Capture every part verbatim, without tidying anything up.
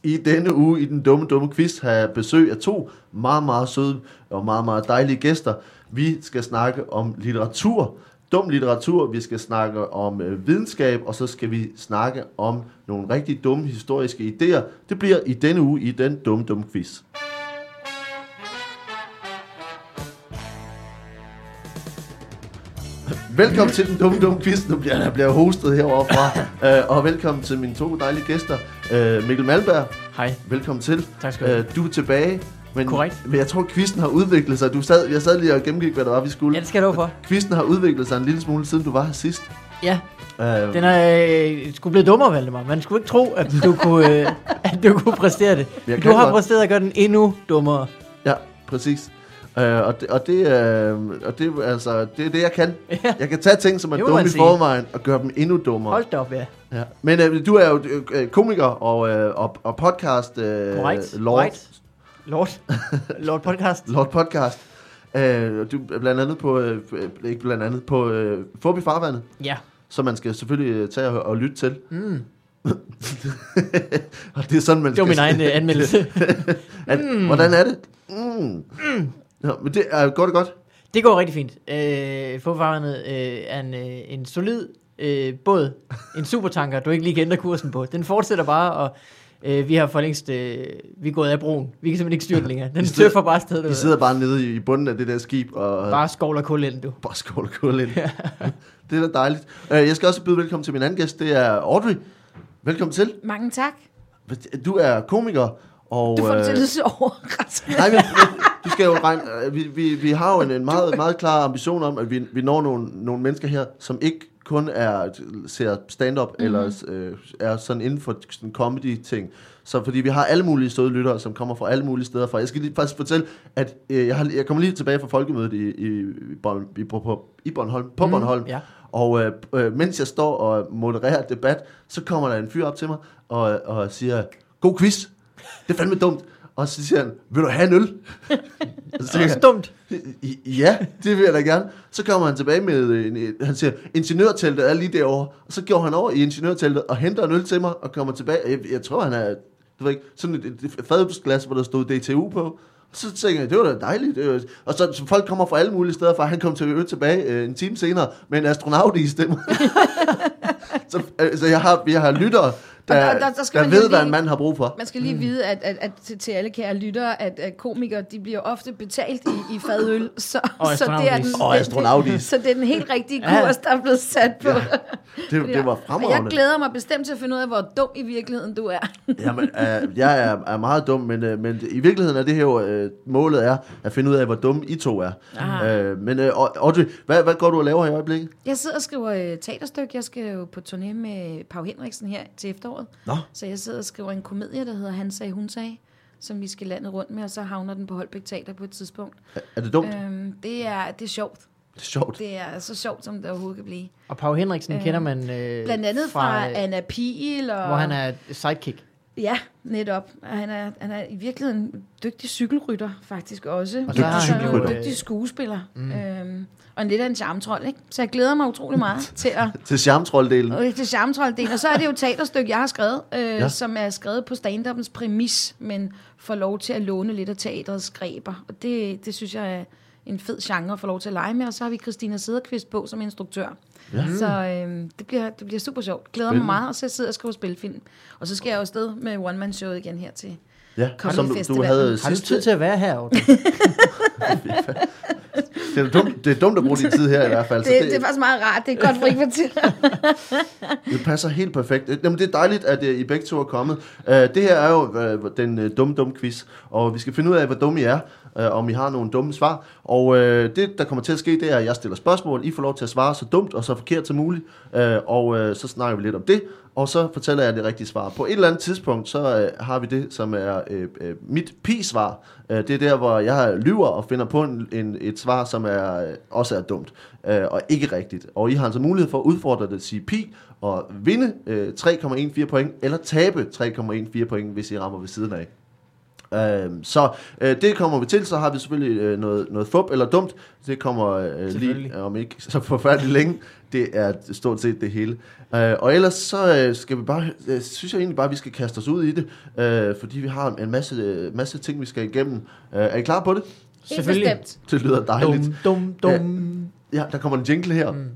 I denne uge i den dumme, dumme quiz har jeg besøg af to meget, meget søde og meget, meget dejlige gæster. Vi skal snakke om litteratur, dum litteratur, vi skal snakke om øh, videnskab, og så skal vi snakke om nogle rigtig dumme historiske idéer. Det bliver i denne uge i den dumme, dumme quiz. Velkommen til den dumme, dumme quiz. Nu bliver jeg bliver hostet herovre fra. uh, og velkommen til mine to dejlige gæster. Uh, Mikkel Malmberg. Hej. Velkommen til. Tak skal du have. Uh, du er tilbage. Men, Korrekt. Men jeg tror, quizzen har udviklet sig. Du sad, jeg sad lige og gennemgik, hvad der var, vi skulle. Ja, det skal jeg love for. Quizzen har udviklet sig en lille smule, siden du var her sidst. Ja. Uh, Den er øh, skulle blive dummere, Valdemar. Man skulle ikke tro, at du kunne, øh, at du kunne præstere det. Du har godt præsteret at gøre den endnu dummere. Ja, præcis. Uh, og det, og det, uh, og det, altså, det er det, jeg kan. Ja. Jeg kan tage ting, som er dumme i forvejen, og gøre dem endnu dummere. Hold da op, ja. Ja. Men uh, du er jo uh, komiker og, uh, og, og podcast uh, Correct. Lord. Correct. Lord. Lord podcast. Lord podcast. Uh, du er blandt andet på, uh, ikke blandt andet, på uh, Forbi Farvandet. Ja. Så man skal selvfølgelig tage og, og lytte til. Mm. Og det er sådan, man det var min egen uh, anmeldelse. at, mm. Hvordan er det? Mm. Mm. Ja, men det er godt og godt. Det går rigtig fint. Øh, Forfarvandet øh, er en, øh, en solid øh, båd. En supertanker, du ikke lige kan ændre kursen på. Den fortsætter bare, og øh, vi har for længst øh, vi er gået af broen. Vi kan simpelthen ikke styre den længere. Den tøffer bare afsted. Vi sidder bare nede i bunden af det der skib. Og bare skovler kul ind, du. Bare skovler kul ind. Ja. Det er da dejligt. Jeg skal også byde velkommen til min anden gæst. Det er Audrey. Velkommen til. Mange tak. Du er komiker. Og, du får det til at lyde så overraskende. Nej, men du skal jo regne. Vi, vi, vi har jo en, en meget, meget klar ambition om, at vi, vi når nogle, nogle mennesker her, som ikke kun er ser stand-up, mm-hmm. eller øh, er sådan inden for sådan comedy-ting. Så fordi vi har alle mulige søde lyttere, som kommer fra alle mulige steder fra. Jeg skal lige faktisk fortælle, at øh, jeg, har, jeg kommer lige tilbage fra folkemødet i, i, i, Born, i, på, i Bornholm, på mm, Bornholm. Ja. Og øh, øh, mens jeg står og modererer debat, så kommer der en fyr op til mig og, og siger, god quiz. Det er fandme dumt. Og så siger han, vil du have en øl? Så siger jeg, dumt. Ja, det vil jeg da gerne. Så kommer han tilbage med, en, han siger, ingeniørteltet er lige derovre. Og så går han over i ingeniørteltet og henter en øl til mig og kommer tilbage. Jeg, jeg tror, han er, du ved ikke, sådan et, et fadelsglas, hvor der stod D T U på. Og så tænker jeg, det var da dejligt. Det var, og så, så folk kommer fra alle mulige steder fra. Han kom til øl tilbage øh, en time senere med en astronaut i stemmer. så altså, jeg har, jeg har lyttere, der, der, der, der, der ved, lige, hvad en mand har brug for. Man skal lige mm. vide, at, at, at til, til alle kære lyttere, at, at komikere, de bliver ofte betalt i, i fadøl. Så, så, det er den, og astronautis. Så det er den helt rigtige kurs, der er blevet sat på. Ja, det, det var fremragende. Jeg glæder mig bestemt til at finde ud af, hvor dum i virkeligheden du er. Jamen, øh, jeg er, er meget dum, men, øh, men i virkeligheden er det her jo, øh, målet er at finde ud af, hvor dum I to er. Øh, men øh, Audrey, hvad, hvad går du og laver her i øjeblikket? Jeg sidder og skriver øh, teaterstykke. Jeg skal jo på turné med Pau Henriksen her til efteråret. Nå. Så jeg sidder og skriver en komedie, der hedder Han sagde, hun sagde, som vi skal landet rundt med, og så havner den på Holbæk Teater på et tidspunkt. Er, er det dumt? Øhm, det, er, det er sjovt. Det er sjovt. Det er så sjovt, som det overhovedet kan blive. Og Pau Henriksen øh, kender man øh, blandt andet fra, fra øh, Anna Pihl. Og, hvor han er sidekick. Ja, netop. Han er, han er i virkeligheden en dygtig cykelrytter, faktisk også. Og dygtig cykelrytter. En dygtig skuespiller. Mm. Øhm, og en lidt af en charmetrold, ikke? Så jeg glæder mig utrolig meget til at... til charmetrolddelen. Til charmetrolddelen. Og så er det jo et teaterstykke, jeg har skrevet, øh, ja. som er skrevet på stand-upens præmis, men får lov til at låne lidt af teatrets greb. Og det, det synes jeg er en fed genre at få lov til at lege med. Og så har vi Christina Sederqvist på som instruktør. Ja. Så øh, det, bliver, det bliver super sjovt. Glæder Spindende. mig meget, og så sidder jeg og skriver spilfilm. Og så skal jeg jo afsted med one-man-showet igen her til ja, Comedy Festival. Du havde har du tid til at være her? det, er dumt, det er dumt at bruge din tid her i hvert fald. Det, det, det er faktisk meget rart. Det er godt frikvarter. Det passer helt perfekt. Jamen, det er dejligt, at I begge to er kommet. Uh, det her er jo uh, den uh, dumme, dumme quiz. Og vi skal finde ud af, hvor dumme I er. Uh, om I har nogle dumme svar. Og uh, det, der kommer til at ske, det er, at jeg stiller spørgsmål. I får lov til at svare så dumt og så forkert som muligt. Uh, og uh, så snakker vi lidt om det. Og så fortæller jeg det rigtige svar. På et eller andet tidspunkt, så uh, har vi det, som er uh, uh, mit pi-svar. Uh, det er der, hvor jeg lyver og finder på en, en, et svar, som er, uh, også er dumt. Uh, og ikke rigtigt. Og I har altså mulighed for at udfordre det, at sige pi, og vinde uh, tre komma fjorten point, eller tabe tre komma fjorten point, hvis I rammer ved siden af. Øh, så øh, det kommer vi til. Så har vi selvfølgelig øh, noget, noget fup eller dumt. Det kommer øh, lige om ikke så forfærdeligt længe. Det er stort set det hele. Øh, og ellers så øh, skal vi bare, øh, synes jeg egentlig bare, at vi skal kaste os ud i det. Øh, fordi vi har en masse, øh, masse ting, vi skal igennem. Øh, er I klar på det? Selvfølgelig. Det lyder dejligt. Dum, dum, dum. Ja, ja, der kommer en jingle her. Mm.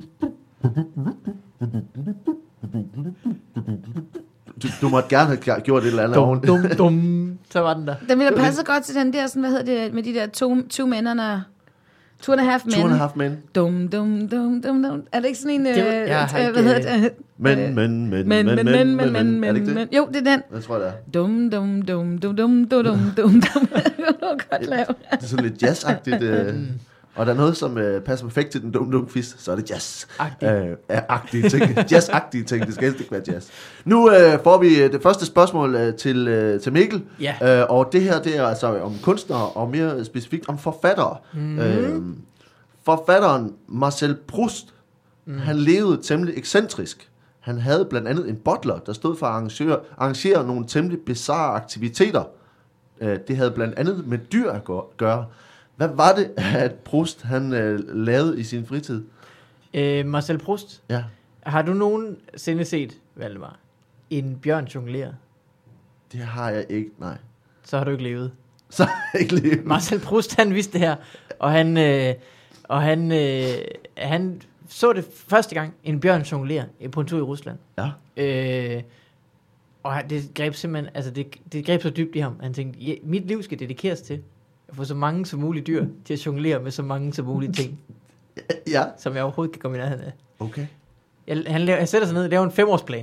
Du, du måtte gerne have gjort et eller andet. Dum, dum, dum. Så var den der. Den ville passe godt til den der, sådan, hvad hedder det, med de der to, two men and a, two and a half men. Two and a half men. Dum, dum, dum, dum, dum. Er det ikke sådan en, øh, ja, øh, hvad hedder det? Men, men, men, men, men, men, men, men, men, er det ikke det? men. Jo, det er den. Jeg tror, det er. Dum, dum, dum, dum, dum, dum, dum, dum, dum. Godt lavet. Det er sådan lidt jazzagtigt. Øh. Og der er noget, som øh, passer perfekt til den dumme dumme quiz, så er det jazz-agtige øh, ting. Jazz-agtige ting, det skal helst ikke være jazz. Nu øh, får vi det første spørgsmål øh, til, øh, til Mikkel, ja. øh, og det her det er altså om kunstnere, og mere specifikt om forfattere. Mm. Øh, forfatteren Marcel Proust, mm. han levede temmelig ekscentrisk. Han havde blandt andet en butler, der stod for at arrangere, arrangere nogle temmelig bizarre aktiviteter. Øh, det havde blandt andet med dyr at gøre. Hvad var det, at Proust han øh, lavede i sin fritid? Øh, Marcel Proust? Ja. Har du nogensinde set, Valdemar, en bjørn jonglere? Det har jeg ikke, nej. Så har du ikke levet. Så har jeg ikke levet. Marcel Proust, han vidste det her, og han, øh, og han, øh, han så det første gang, en bjørn jonglere på en tur i Rusland. Ja. Øh, og han, det greb simpelthen, altså det, det greb så dybt i ham. Han tænkte, ja, mit liv skal dedikeres til at få så mange som muligt dyr til at jonglere med så mange som mulige ting, ja. som jeg overhovedet kan komme i nærheden af. Okay. Jeg, han, laver, han sætter sig ned og laver en femårsplan.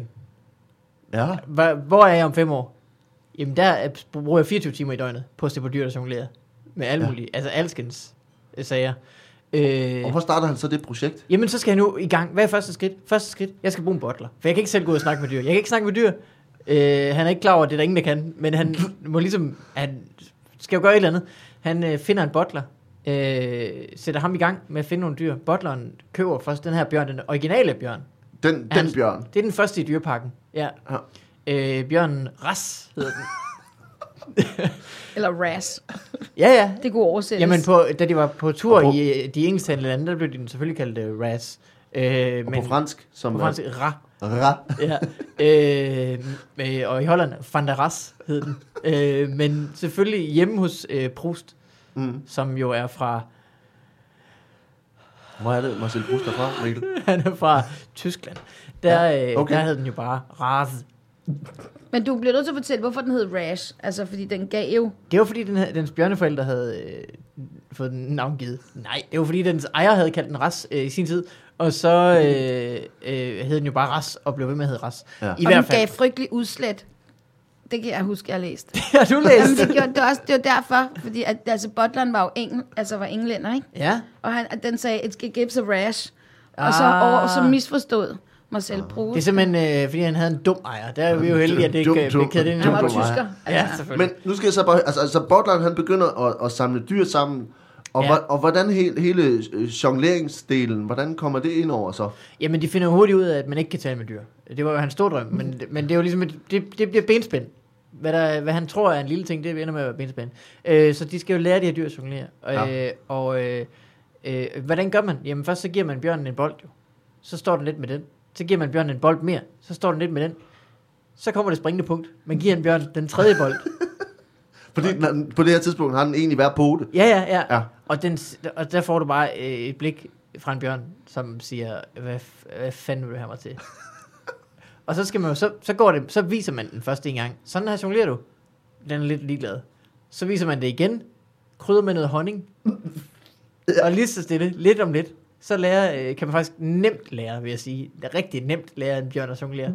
Ja. Hvor, hvor er jeg om fem år? Jamen der er, bruger jeg fireogtyve timer i døgnet på at se på dyr, der jonglerer. Med alle ja. mulige, altså alskens sager. Øh, og hvor starter han så det projekt? Jamen så skal han nu i gang. Hvad er første skridt? Første skridt, jeg skal bruge en butler. For jeg kan ikke selv gå ud og snakke med dyr. Jeg kan ikke snakke med dyr. Øh, han er ikke klar over, at det er der ingen, der kan. Men han må ligesom, han skal jo gøre et eller andet. Han øh, finder en butler. Øh, sætter ham i gang med at finde nogle dyr. Butleren køber først den her bjørn, den originale bjørn. Den, den han, bjørn? Det er den første i dyreparken. Ja. ja. Øh, bjørnen Ras hedder den. Eller Ras. Ja, ja. Det kunne oversættes. Jamen, på, da de var på tur på, i de engelsktalende lande, der blev de selvfølgelig kaldt uh, Ras. Øh, og men, på fransk? Som på fransk, Ra. Ra. Ja. Øh, øh, og i Holland, Van der Ras hed den. øh, men selvfølgelig hjemme hos øh, Proust, mm. som jo er fra... Hvor er det, Marcel Proust er fra, Mikkel? Han er fra Tyskland. Der, ja, okay. der hed den jo bare Ras. Men du bliver nødt til at fortælle, hvorfor den hed Rash. Altså, fordi den gav jo... Det var, fordi den, dens bjørneforældre havde øh, fået den navngivet. Nej, det var, fordi dens ejer havde kaldt den Ras øh, i sin tid. Og så øh, øh, hed den jo bare Ras, og blev ved med at hedde Ras. Ja. I og hvert fald. Den gav frygtelig udslæt. Det kan jeg huske, jeg har læst. Det har du læst? Jamen, det, gjorde, det, var også, det var derfor, fordi at, altså, butleren var jo engel, altså var englænder, ikke? Ja. Og han, den sagde, it gives a rash. Ah. Og så, over, så misforstod Marcel Proust. Det er simpelthen, øh, fordi han havde en dum ejer. Der er vi jo heldige, at det ikke blev kædet ind. Han var tysker. Ja, men nu skal jeg så bare... Altså, altså butleren, han begynder at, at samle dyr sammen. Og, ja. og hvordan hele, hele jongleringsdelen, hvordan kommer det ind over så? Jamen, de finder hurtigt ud af, at man ikke kan tale med dyr. Det var jo hans store drøm, men, men det er jo ligesom, et, det, det bliver benspænd. Hvad, der, hvad han tror er en lille ting, det ender med at være benspænd. Øh, så de skal jo lære de her dyr at jonglere. Ja. Øh, og øh, øh, hvordan gør man? Jamen, først så giver man bjørnen en bold jo. Så står den lidt med den. Så giver man bjørnen en bold mere. Så står den lidt med den. Så kommer det springende punkt. Man giver en bjørn den tredje bold. Fordi den, på det her tidspunkt har den egentlig været pote. Ja, ja, ja. ja. Og, den, og der får du bare øh, et blik fra en bjørn, som siger, hvad, hvad fanden vil du have mig til? Og så skal man jo, så, så går det, så viser man den første en gang. Sådan her jonglerer du. Den er lidt ligeglad. Så viser man det igen. Krydder med noget honning. Ja. Og lige så stille, lidt om lidt, så lærer, øh, kan man faktisk nemt lære, vil jeg sige. Det er rigtig nemt lære en bjørn at jonglere.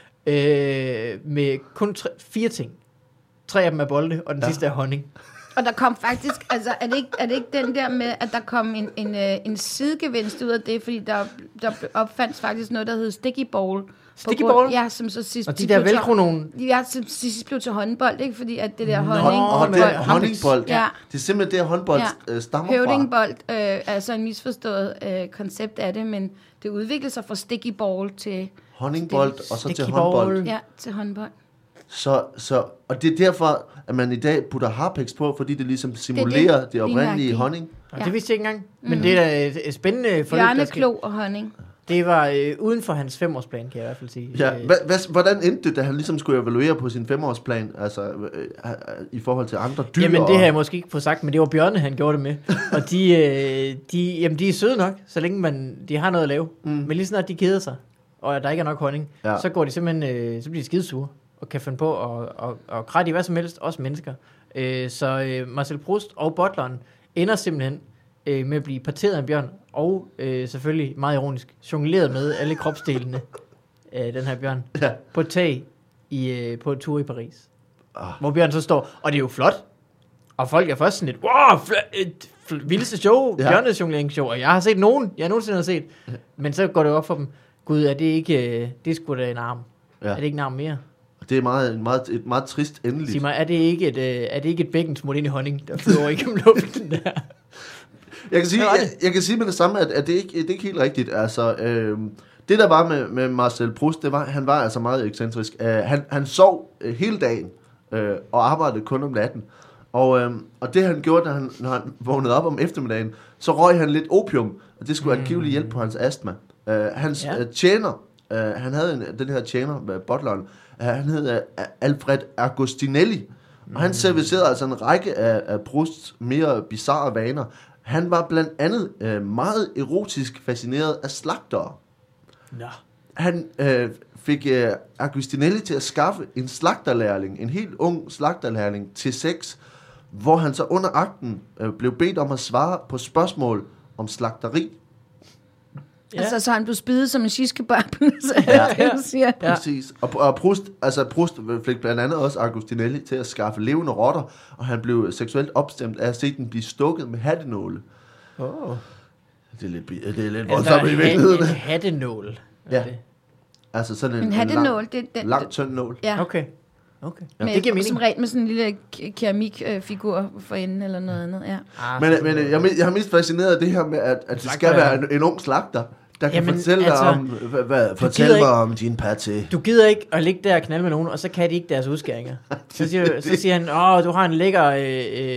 Øh, med kun tre, fire ting. Tre af dem er bolde, og den ja. sidste er honning. Og der kom faktisk, altså er det ikke, er det ikke den der med, at der kom en, en, en sidegevinst ud af det, fordi der, der opfandt faktisk noget, der hed sticky ball. Sticky ball? Ja, som så sidst... Og de der velcro nogen... Ja, som sidst blev til håndbold, ikke? Fordi at det der honning... Nå, det er honningbold. Ja. Det er simpelthen det, håndbold ja. stammer fra. Høvdingbold øh, er altså en misforstået øh, koncept af det, men det udviklede sig fra sticky ball til... Honningbold, og så til håndbold. Ja, til håndbold. Så, så, og det er derfor, at man i dag putter harpiks på, fordi det ligesom simulerer det, det. det oprindelige Lige honning. Ja. Det vidste jeg ikke engang. Men mm. det er da et, et spændende forløb. Bjørneklo og honning. Det var øh, uden for hans femårsplan, kan jeg i hvert fald sige. Ja, hva, hva, hvordan endte det, da han ligesom skulle evaluere på sin femårsplan, altså øh, øh, i forhold til andre dyr? Jamen, det har jeg måske ikke fået sagt, men det var bjørne, han gjorde det med. Og de, øh, de, jamen, de er søde nok, så længe man, de har noget at lave. Mm. Men lige snart de keder sig, og der ikke er nok honning, ja. så går de simpelthen, øh, så bliver de skidesure, og kan finde på at, at, at kratte i hvad som helst, også mennesker. Øh, så øh, Marcel Proust og butleren ender simpelthen øh, med at blive parteret af en bjørn, og øh, selvfølgelig, meget ironisk, jongleret med alle kropsdelene af den her bjørn, ja. på et tag i, øh, på en tur i Paris. Oh. Hvor bjørn så står, og det er jo flot, og folk er først sådan lidt, wow, fl- et fl- vildeste show, ja. bjørnejonglering-show, og jeg har set nogen, jeg nogensinde har set, ja. men så går det op for dem, gud, er det ikke, øh, det er sgu da en arm, ja. er det ikke en arm mere? Det er meget, meget, et meget trist endeligt. Sig mig, er det ikke et, øh, er det ikke et bækken smurt ind i honning, der flyver igennem luften der? Jeg kan sige, jeg, jeg kan sige med det samme, at, at det, ikke, det er ikke helt rigtigt. Altså, øh, det der var med, med Marcel Proust, det var, han var altså meget ekscentrisk. Uh, han, han sov uh, hele dagen uh, og arbejdede kun om natten. Og, uh, og det han gjorde, da han, når han vågnede op om eftermiddagen, så røg han lidt opium, og det skulle mm. angiveligt hjælpe på hans astma. Uh, hans ja. uh, tjener, uh, han havde en, den her tjener, uh, butleren, uh, han hed uh, Alfred Agostinelli, mm. og han servicerede altså en række af, af Prousts mere bizarre vaner. Han var blandt andet øh, meget erotisk fascineret af slagtere. Ja. Han øh, fik øh, Agostinelli til at skaffe en slagterlærling, en helt ung slagterlærling til sex, hvor han så under akten øh, blev bedt om at svare på spørgsmål om slagteri. Ja. Altså, så han blev spidet som en shish-kebab, så ja. det, du siger. Ja. Præcis. Og, og Proust, altså Proust fik blandt andet også Agostinelli til at skaffe levende rotter, og han blev seksuelt opstemt af at se den blive stukket med hattenåle. Oh. Det er lidt, det er lidt voldsomt i virkeligheden. En hattenål? Ja. Det? Altså sådan en, en, en lang, det, det, lang tynd nål. Ja. Okay. Okay. Ja. Med, det giver mening. Som regel med sådan en lille keramikfigur for enden eller noget andet. Ja. Ah, men men jeg, jeg har mest fascineret af det her med, at, at det skal være en, en ung slagter, der kan Jamen, fortælle altså, dig om, hvad, hvad, fortæl mig ikke, om din paté. Du gider ikke at ligge der og knalde med nogen, og så kan de ikke deres udskæringer. Så siger, så siger han, åh, du har en lækker øh,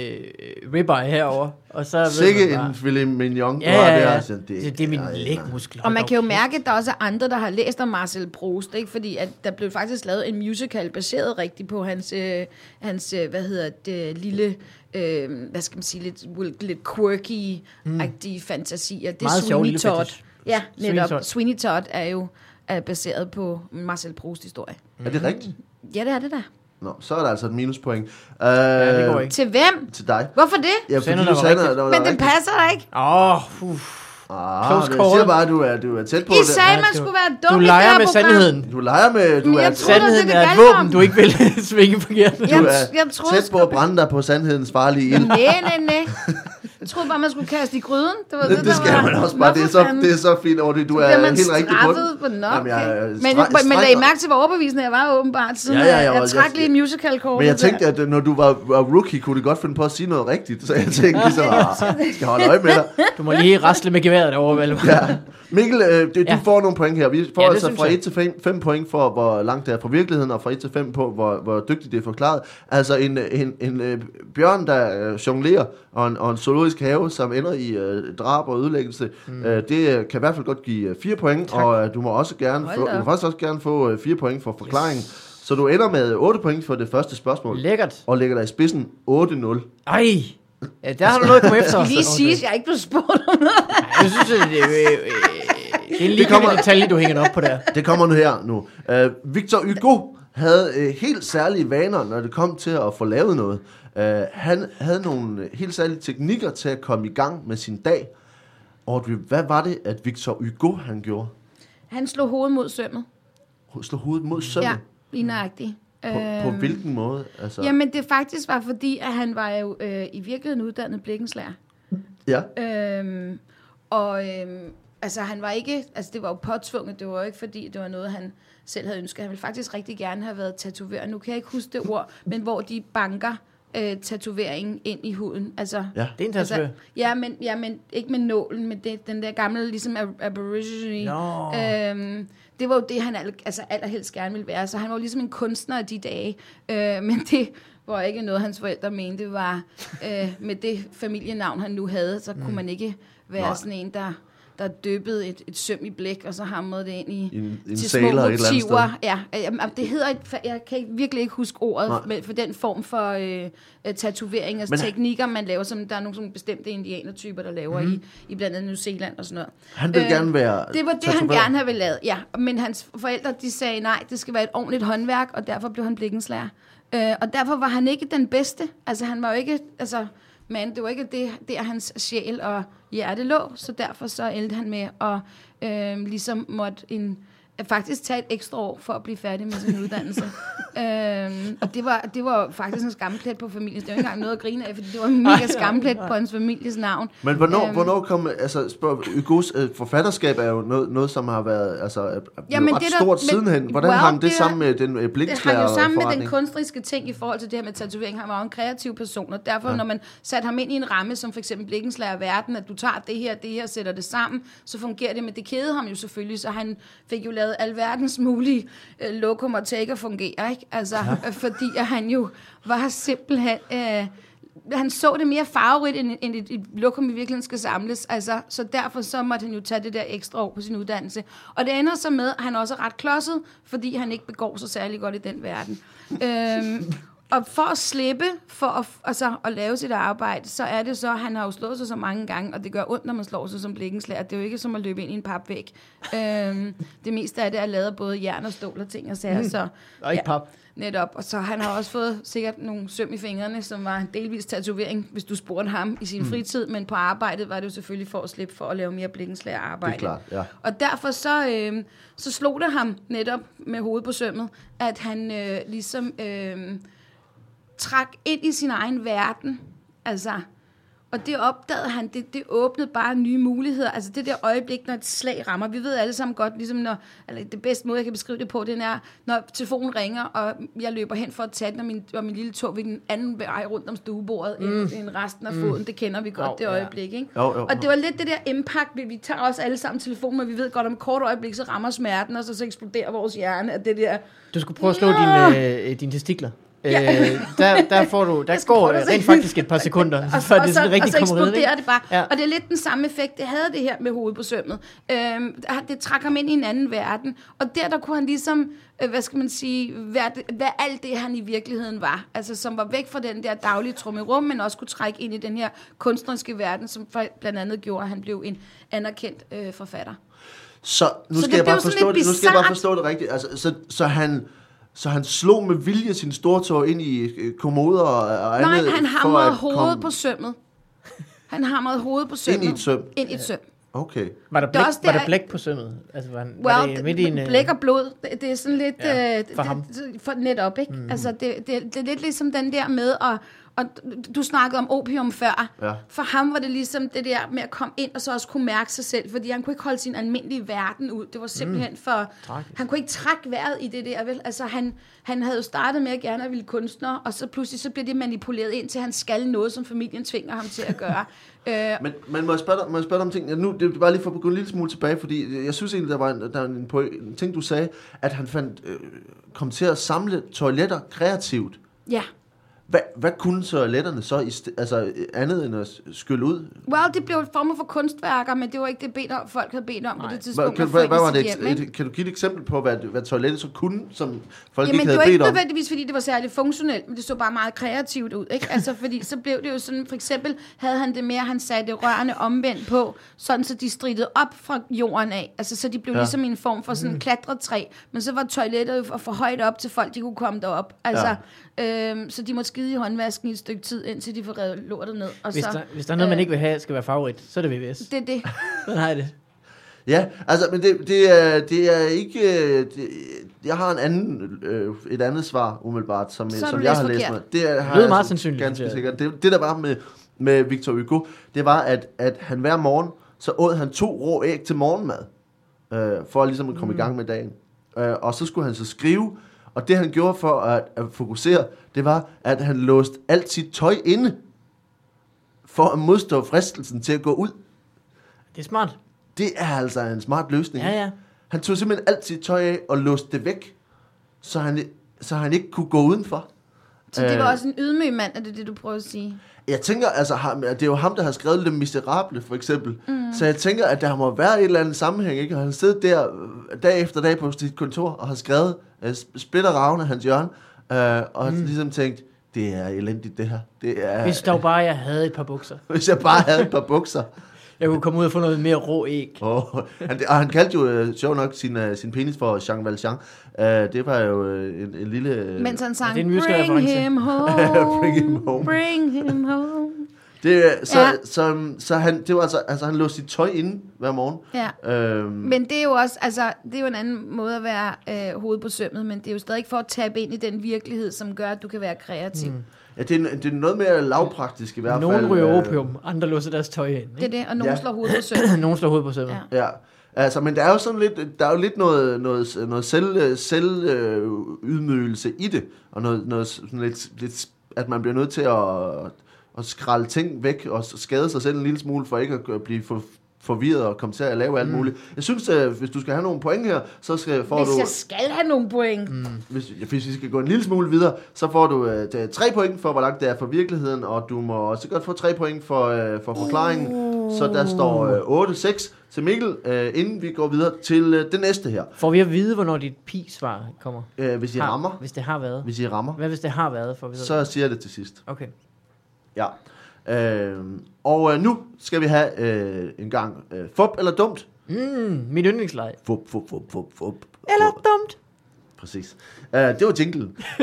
øh, ribeye herovre. Og så sikke en filet mignon, ja, du har ja, ja. der. Altså, det, det, det er min lægmuskler. Og man kan jo mærke, at der også er andre, der har læst om Marcel Proust, ikke? Fordi at der blev faktisk lavet en musical, baseret rigtig på hans, øh, hans øh, hvad hedder det, lille... Øh, hvad skal man sige, lidt, lidt quirky-agtige mm. fantasier. Det er Sweeney Todd. Ja, netop. Sweeney, Sweeney Todd er jo er baseret på Marcel Proust-historie. Mm. Er det rigtigt? Ja, det er det da. Nå, så er der altså et minuspoint. Uh, ja, det går ikke. Til hvem? Til dig. Hvorfor det? Ja, fordi du sagde, der var Men den passer da ikke. Åh, oh, uff. Ah, jeg siger bare, at du er, du er tæt på I det. I sagde, man du, skulle være dum du i det leger her med program. Sandheden. Du leger med... Du er, sandheden er et våben, du ikke vil svinge forkert. Du er jeg troede, tæt på at brænde dig på sandhedens farlige ild. Nej, nej, nej. Jeg troede bare, man skulle kaste i gryden. Det, var det, det, det skal man også bare. Det er, så, det er så fint over det. Du er helt rigtig på den. på den. Jamen, jeg, men, men, men lagde I mærke til, hvor overbevisende jeg var åbenbart. Siden ja, ja, jeg, jeg trak lige musical-kortet. Men jeg tænkte, at når du var, var rookie, kunne du godt finde på at sige noget rigtigt. Så jeg tænkte ligesom, jeg skal holde øje med dig. Du må lige rasle med geværet derovre, vel? Ja. Mikkel, øh, du ja. får nogle point her. Vi får ja, altså fra et til fem point for, hvor langt det er fra virkeligheden, og fra et til fem på, hvor, hvor dygtigt det er forklaret. Altså en, en, en øh, bjørn, der øh, jonglerer, og en, og en zoologisk have, som ender i øh, drab og ødelæggelse. Mm. Øh, det kan i hvert fald godt give øh, fire point, tak. Og øh, du må også gerne få, du må faktisk også gerne få øh, fire point for forklaringen. Yes. Så du ender med otte point for det første spørgsmål. Lækkert. Og lægger dig i spidsen otte nul. Ej! Ja, der har du noget at komme efter. Jeg lige sige, at jeg ikke blev spurgt om noget. Jeg synes, at det, øh, øh, det er en lille kommer, detalje, du hænger op på der. Det kommer nu her nu. Uh, Victor Hugo havde uh, helt særlige vaner, når det kom til at få lavet noget. Uh, han havde nogle helt særlige teknikker til at komme i gang med sin dag. Audrey, hvad var det, at Victor Hugo han gjorde? Han slog hovedet mod sømmet. Slog hovedet mod sømmet? Ja, lige nøjagtigt. På, øhm, på hvilken måde? Altså... Jamen, det faktisk var fordi, at han var jo øh, i virkeligheden uddannet blikkenslager. Ja. Øhm, og øhm, altså, han var ikke... Altså, det var jo påtvunget. Det var jo ikke, fordi det var noget, han selv havde ønsket. Han ville faktisk rigtig gerne have været tatovør. Nu kan jeg ikke huske det ord, men hvor de banker øh, tatovering ind i huden. Altså, Ja. Det er en tatovør. altså, ja, men, ja, men ikke med nålen, men det, den der gamle, ligesom ab- aborigine. Nå. Øhm, det var jo det, han al- altså, allerhelst gerne ville være. Så han var jo ligesom en kunstner af de dage. Øh, men det var ikke noget, hans forældre mente var, øh, med det familienavn, han nu havde, så mm. kunne man ikke være Nej. sådan en, der... der dyppede et, et søm i blæk, og så hamrede det ind i En, en til sailor små et eller andet sted. motiver. Ja, jamen, det hedder et, jeg kan ikke, virkelig ikke huske ordet med, for den form for øh, tatovering og Men- teknikker, man laver, som der er nogle sådan bestemte indianertyper, der laver mm. i, i blandt andet New Zealand og sådan noget. Han ville Øh, gerne være Det var det, tatovør. han gerne havde lavet, ja. Men hans forældre, de sagde nej, det skal være et ordentligt håndværk, og derfor blev han blikkenslager. Øh, og derfor var han ikke den bedste. Altså, han var jo ikke... Altså, men det var ikke det, der hans sjæl og hjerte lå, så derfor så endte han med at øh, ligesom måtte en, faktisk tage et ekstra år for at blive færdig med sin uddannelse. øhm, og det var, det var faktisk en skamplet på familien. Det var ikke engang noget at grine af, fordi det var en mega skamplet på hans families navn. Men hvornår, Øhm. hvornår kom, altså spørg, Hugos øh, forfatterskab er jo noget, noget, som har været altså, er blevet Jamen, ret det der- stort men- sidenhen. Hvordan well, hang det, det er- sammen med den øh, Det hang jo blikkenslager sammen med den forretning? kunstneriske ting i forhold til det her med tatovering. Han var jo en kreativ person, og derfor, ja. når man satte ham ind i en ramme, som for eksempel blikkenslager verden, at du tager det her, det her, sætter det sammen, så fungerer det, men det kædede ham jo selvfølgelig, så han fik jo lavet alverdens mulige øh, lokum og take at fungere, ikke? Altså, ja. øh, fordi at han jo var simpelthen... Øh, han så det mere farverigt, end, end et, et lokum i virkeligheden skal samles. Altså, så derfor så måtte han jo tage det der ekstra år på sin uddannelse. Og det ender så med, at han også er ret klodset, fordi han ikke begår sig særlig godt i den verden. øhm, og for at slippe, for at, altså, at lave sit arbejde, så er det så, han har jo slået sig så mange gange, og det gør ondt, når man slår sig som blikkenslager. Det er jo ikke som at løbe ind i en papvæg. øhm, det meste af det er lavet af både jern og stål og ting og sager. Mm. Så, Og ikke pap. Netop, og så han har også fået sikkert nogle søm i fingrene, som var en delvis tatovering, hvis du spurgte ham i sin mm. fritid, men på arbejdet var det jo selvfølgelig for at slippe for at lave mere blikkenslager arbejde. Det er klart, ja. Og derfor så, øh, så slog det ham netop med hovedet på sømmet, at han øh, ligesom øh, trak ind i sin egen verden, altså... Og det opdagede han, det, det åbnede bare nye muligheder. Altså det der øjeblik, når et slag rammer. Vi ved alle sammen godt, ligesom når, eller det bedste måde, jeg kan beskrive det på, det er, når telefonen ringer, og jeg løber hen for at tage den, og min, og min lille tog ved den anden vej rundt om stuebordet, mm. end, end resten af foden. Mm. Det kender vi godt, oh, det øjeblik, ikke? Jo, jo, og det var lidt det der impact, vi, vi tager også alle sammen telefonen, men vi ved godt, om et kort øjeblik, så rammer smerten, og så, så eksploderer vores hjerne af det der... Du skulle prøve at slå dine, øh, dine testikler. Ja. Øh, der, der får du, der går rent faktisk et par sekunder, og, før og, det sådan så, rigtig og så kommer ned. eksploderer det bare. Ja. Og det er lidt den samme effekt, det havde det her med hovedet på sømmet. Øhm, det trak ham ind i en anden verden. Og der, der kunne han ligesom, øh, hvad skal man sige, være, være alt det, han i virkeligheden var. Altså, som var væk fra den der daglige trummerum, men også kunne trække ind i den her kunstneriske verden, som blandt andet gjorde, at han blev en anerkendt øh, forfatter. Så nu Så skal det jeg bare blev sådan forstå lidt det, nu skal jeg bare bizarrt. forstå det rigtigt. Altså, så, så han så han slog med vilje sin stortå ind i øh, kommoder og, og andet. Nej, han for hamrede at hovedet komme på sømmet. Han hamrede hovedet på sømmet. ind i et søm. Ind i et søm. Okay. Var der Det er blæk, også var der- der blæk på sømmet? Altså, var, var Well, det midt i en... øh, blæk og blod, det, det er sådan lidt... Ja, øh, for det, ham. det, for netop, ikke? Mm. Altså, det, det, det er lidt ligesom den der med, at, og du snakkede om opium før. Ja. For ham var det ligesom det der med at komme ind, og så også kunne mærke sig selv, fordi han kunne ikke holde sin almindelige verden ud. Det var simpelthen mm. for... Tragisk. Han kunne ikke trække vejret i det der, vel? Altså, han, han havde jo startet med at gerne at ville kunstner, og så pludselig så bliver det manipuleret ind til, at han skal noget, som familien tvinger ham til at gøre. øh, Men, men må jeg spørge dig, må jeg spørge dig om ting? Ja, nu, det er bare lige for at gå en lille smule tilbage, fordi jeg synes egentlig, der var en, der var en, en ting, du sagde, at han fandt, øh, kom til at samle toiletter kreativt. ja. Hvad, hvad kunne toiletterne så, i st- altså andet end at skylle ud? Well, det blev et form for kunstværker, men det var ikke det, bedt om, folk havde bedt om på det Hvad, tidspunkt. kan, at få hvad, ind hvad i var sit det, hjem, ikke? et, kan du give et eksempel på, hvad, hvad toilettet så kunne, som folk Jamen, ikke det var havde ikke bedt om? nødvendigvis, fordi det var særligt funktionelt, men det så bare meget kreativt ud, ikke? Altså, fordi så blev det jo sådan, for eksempel havde han det med, at han satte rørene omvendt på, sådan så de stridede op fra jorden af. Altså, så de blev Ja. ja. ligesom en form for sådan en Mm. klatretræ, men så var toilettet jo for højt op til folk, de kunne komme derop. Altså, ja. øhm, så de måtte skide i håndvasken i et stykke tid, indtil de får revet lortet ned. Og Hvis så, der, hvis der er noget, man øh, ikke vil have, skal være favorit, så er det V V S. Det er det. Sådan har jeg det. Ja, altså, men det, det, er, det er ikke... øh, Det, jeg har en anden, øh, et andet svar, umiddelbart, som, Så har som du jeg læst har læst forkert. mig. Det er, har lyder jeg meget så sandsynligt, Ganske synes jeg. sikkert. Det, det, der var med, med Victor Hugo, det var, at, at han hver morgen, så åd han to rå æg til morgenmad, øh, for ligesom at komme mm. i gang med dagen. Øh, og så skulle han så skrive, Og det han gjorde for at, at fokusere, det var, at han låste alt sit tøj inde, for at modstå fristelsen til at gå ud. Det er smart. Det er altså en smart løsning. Ja, ja. Han tog simpelthen alt sit tøj af og låste det væk, så han, så han ikke kunne gå udenfor. Så det var også en ydmyg mand, er det det, du prøver at sige? Jeg tænker, altså, ham, det er jo ham, der har skrevet Le Miserable, for eksempel. Mm. Så jeg tænker, at der må være et eller andet sammenhæng, ikke? Og han sidder der dag efter dag på sit kontor og har skrevet uh, splitter ravne hans hjørne, uh, og mm. ligesom tænkt, det er elendigt det her. Det er, Hvis dog bare jeg havde et par bukser. Hvis jeg bare havde et par bukser. Jeg kunne komme ud og få noget mere rå æg. Oh, han, og han kaldte jo uh, sjov nok sin, uh, sin penis for Jean Valjean. Uh, det var jo uh, en, en lille... Uh, Mens han sang, bring him home, bring him home. Bring him home. Det, så, ja. så, så, så han, det var altså, altså, han lå sit tøj inde hver morgen. Ja. Øhm. Men det er jo også, altså, det er jo en anden måde at være øh, hovedet på sømmet, men det er jo stadig for at tabe ind i den virkelighed, som gør, at du kan være kreativ. Mm. Ja, det er, det er noget mere lavpraktisk i hvert Nogen fald. Nogen ryger opium, andre låser deres tøj ind. Ikke? Det er det, og nogen ja. slår hovedet på sømmet. Nogen slår hovedet på sømmet. Ja. Ja. Altså, men der er jo sådan lidt, der er jo lidt noget, noget, noget selv, selv øh, ydmygelse i det, og noget, noget sådan lidt, lidt, at man bliver nødt til at, at skralde ting væk, og skade sig selv en lille smule, for ikke at blive for, forvirret og komme til at lave alt muligt. Jeg synes, at hvis du skal have nogle point her, så skal, får hvis du... Hvis jeg skal have nogle point. Mm. Hvis, hvis vi skal gå en lille smule videre, så får du uh, tre point for, hvor langt det er for virkeligheden, og du må også godt få tre point for, uh, for forklaringen. Uh. Så der står uh, otte seks til Mikkel, uh, inden vi går videre til uh, det næste her. Får vi at vide, hvornår dit pi-svar kommer? Uh, hvis I har, rammer. Hvis det har været. Hvis I rammer. Hvad hvis det har været? For så siger jeg det til sidst. Okay. Ja. Øh, og øh, nu skal vi have øh, en gang øh, fup eller dumt. Mm, mit yndlingsleje. Fup, fup, fup, fup, fup. Eller dumt. Præcis. Uh, det var jinglen. uh,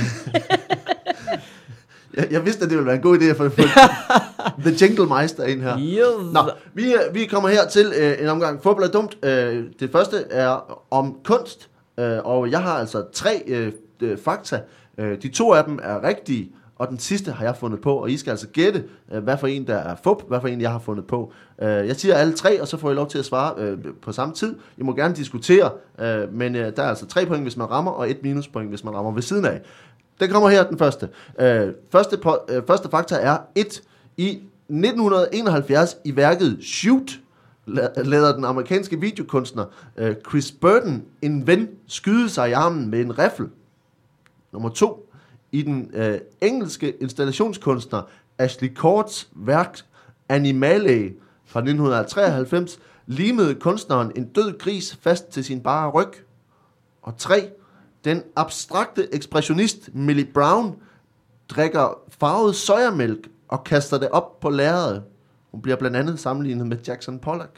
jeg, jeg vidste, at det ville være en god idé at få The Jinglemeister ind her. Yes. Nå, vi, vi kommer her til uh, en omgang fup eller dumt. Uh, det første er om kunst, uh, og jeg har altså tre uh, fakta. Uh, de to af dem er rigtige, og den sidste har jeg fundet på, og I skal altså gætte, øh, hvad for en der er fup, hvad for en jeg har fundet på. Øh, jeg siger alle tre, og så får I lov til at svare øh, på samme tid. I må gerne diskutere, øh, men øh, der er altså tre point, hvis man rammer, og et minuspoint, hvis man rammer ved siden af. Den kommer her, den første. Øh, første, på, øh, første fakta er et. I nitten enoghalvfjerds i værket Shoot lader den amerikanske videokunstner øh, Chris Burton en ven skyde sig i armen med en riffel. Nummer to. I den øh, engelske installationskunstner Ashley Cords værk Animale fra nitten treoghalvfems limede kunstneren en død gris fast til sin bare ryg. Og tre. Den abstrakte ekspressionist Millie Brown drikker farvet sojamælk og kaster det op på lærredet. Hun bliver blandt andet sammenlignet med Jackson Pollock.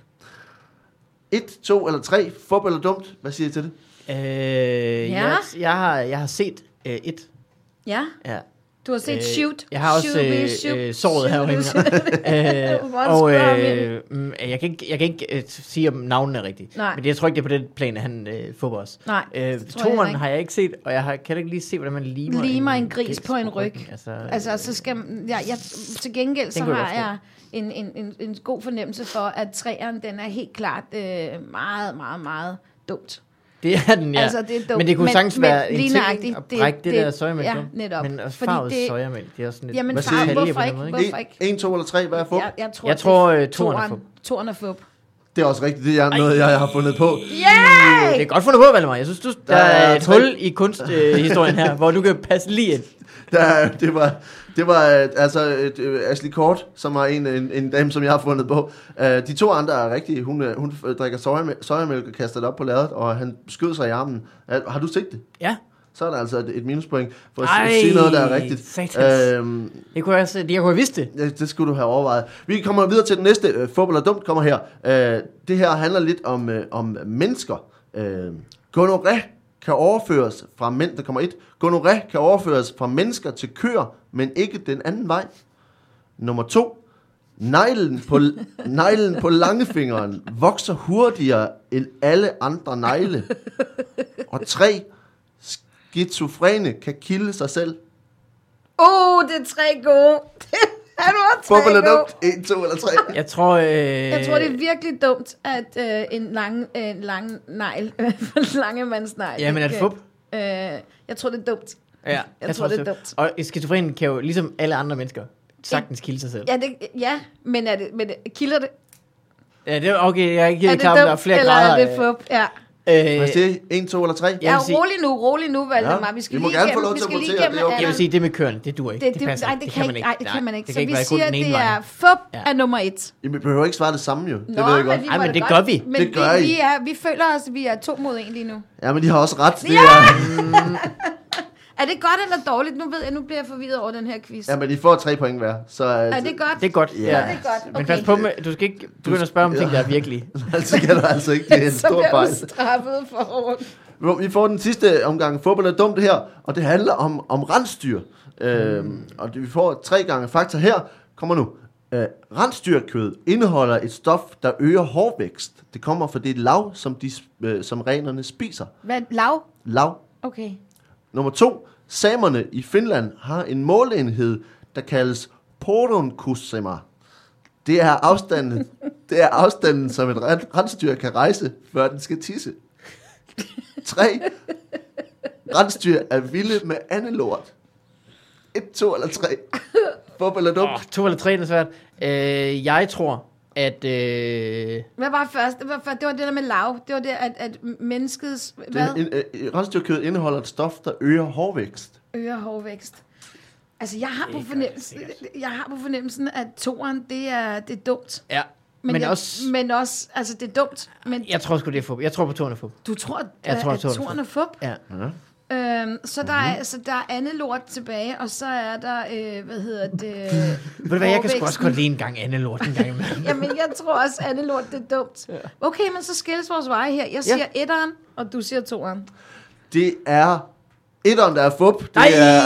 Et, to eller tre, fup eller dumt? Hvad siger I til det? Øh, ja. jeg, jeg, har, jeg har set øh, et. Ja? Ja. Du har set øh, Shoot. Jeg har også øh, shoot, øh, såret herinde. øh, og øh, mm, jeg kan ikke, jeg kan ikke øh, sige, om navnene er rigtige. Nej. Men jeg tror ikke, det er på den plan, at han øh, får os. Nej. Øh, Toren har jeg ikke set, og jeg har, kan ikke lige se, hvordan man limer, limer en, en gris på en ryg. Altså, altså, så skal ja, jeg, til gengæld så har jeg en, en, en, en god fornemmelse for, at træeren, den er helt klart øh, meget, meget, meget dumt. Det er den, ja. Altså, det er dumt. Men det kunne sagtens men, være men, en ting at brække det, det, det der sojamælk. Ja, netop. Men farvet sojamælk, det er også sådan lidt... Jamen, far, hvorfor ikke? Hvorfor ikke? En, to eller tre, hvad er fup? Jeg, jeg tror, jeg tror uh, toren er fup. Toren er fup. Det er også rigtigt, det er noget, jeg har fundet på. Yay! Det er godt fundet på, Valdemar. Jeg synes, du, der, der er et tre... hul i kunsthistorien uh, her, hvor du kan passe lige ind. Der, det var, det var altså et, uh, Ashley Cord, som var en, en, en dame, som jeg har fundet på. Uh, de to andre er rigtige. Hun, uh, hun drikker sojamælk, sojamælk og kaster det op på lærredet, og han skød sig i armen. Uh, har du set det? Ja. Så er der altså et, et minuspoint for at Ej, sige noget, der er rigtigt. Øhm, det kunne jeg, jeg kunne have vidst det. Ja, det skulle du have overvejet. Vi kommer videre til den næste. Uh, fup eller dumt kommer her. Uh, det her handler lidt om, uh, om mennesker. Uh, gonorrhea kan overføres fra mænd, der kommer et. Gonorrhea kan overføres fra mennesker til køer, men ikke den anden vej. Nummer to. Neglen på, neglen på langefingeren vokser hurtigere end alle andre negle. Og tre. Skizofrene kan kilde sig selv. Åh, oh, det er tre gode. Er du også tre gode? gode? En, to eller tre? Jeg tror, øh... jeg tror, det er virkelig dumt, at øh, en lang, øh, lang negl, lange mandsnegl. Ja, men er det fup? Øh, jeg tror, det er dumt. Ja, jeg, jeg tror, det er dumt. Og skizofrenen kan jo, ligesom alle andre mennesker, sagtens kilde sig selv. Ja, det, ja men, er det, men det, kilder det? Ja, det er okay, jeg er ikke er klar, om der er flere eller grader. Eller er det fup? Ja. Øh, det en, to eller tre? Ja, rolig nu, rolig nu, Valdemar. Ja, vi skal vi må lige gerne igennem, få lov til at votere, igennem, det er okay. Jeg vil sige, det med køren, det duer ikke. Det, det, det, passer nej, ikke. det, Det kan man ikke. Nej, det kan man ikke. Det Så kan vi ikke siger, at det vej. er fup Ja. er nummer et. Jamen, vi behøver ikke svare det samme jo. Nå, det ved jeg godt. Ej, men det godt. gør vi. Men det gør vi, I. vi, er, vi føler os, at vi er to mod en lige nu. Ja, men de har også ret. Det Ja! er, Er det godt eller dårligt? Nu ved jeg, nu bliver jeg forvirret over den her quiz. ja, men de får tre point hver. Så, Er det godt? Det er godt. Ja. Ja, det er godt. Men Okay. pas på med, du skal ikke begynde at spørge om ting, der er virkelige. altså kan du altså ikke. Det er en Så stor bliver fejl. du straffet for hårdt. Vi får den sidste omgang fodbold er dumt her, og det handler om, om rensdyr. Mm. Øhm, og det, vi får tre gange fakta her. Kommer nu. Øh, rensdyrkød indeholder et stof, der øger hårvækst. Det kommer fra det lav, som, de, øh, som renerne spiser. Hvad? Lav? Lav. Okay. Nummer to. Samerne i Finland har en måleenhed, der kaldes poronkusema. Det er afstanden, det er afstanden, som et ren- rensdyr kan rejse, før den skal tisse. tre. Rensdyr er vilde med andelort. Et, to eller tre. Fup eller dumt? Oh, to eller tre, det er svært. Øh, jeg tror, at... Øh, Hvad var først? Det var, det var det der med lav. Det var det, at, at menneskets... Hvad? Den, en, øh, rensdyrkød indeholder et stof, der øger hårvækst. Øger hårvækst. Altså, jeg har, Det på gør det fornemmelsen, jeg har på fornemmelsen, at toeren, det er, det er dumt. ja, Men, men jeg, også... men også, altså det er dumt. Men Jeg tror sgu, det er fup. Jeg tror på toren er fup. du tror, at, Jeg tror, at toeren er toeren er fup? Ja. Ja. Øhm, så, der er, så der er andelort tilbage, og så er der, øh, hvad hedder det... Ved du hvad, jeg kan sgu også godt lide en gang andelort en gang imellem. Jamen, jeg tror også, at andelort, det er dumt. Okay, men så skilles vores veje her. Jeg siger ja. etteren, og du siger toeren. Det er etteren, der er fup. Det Nej! er,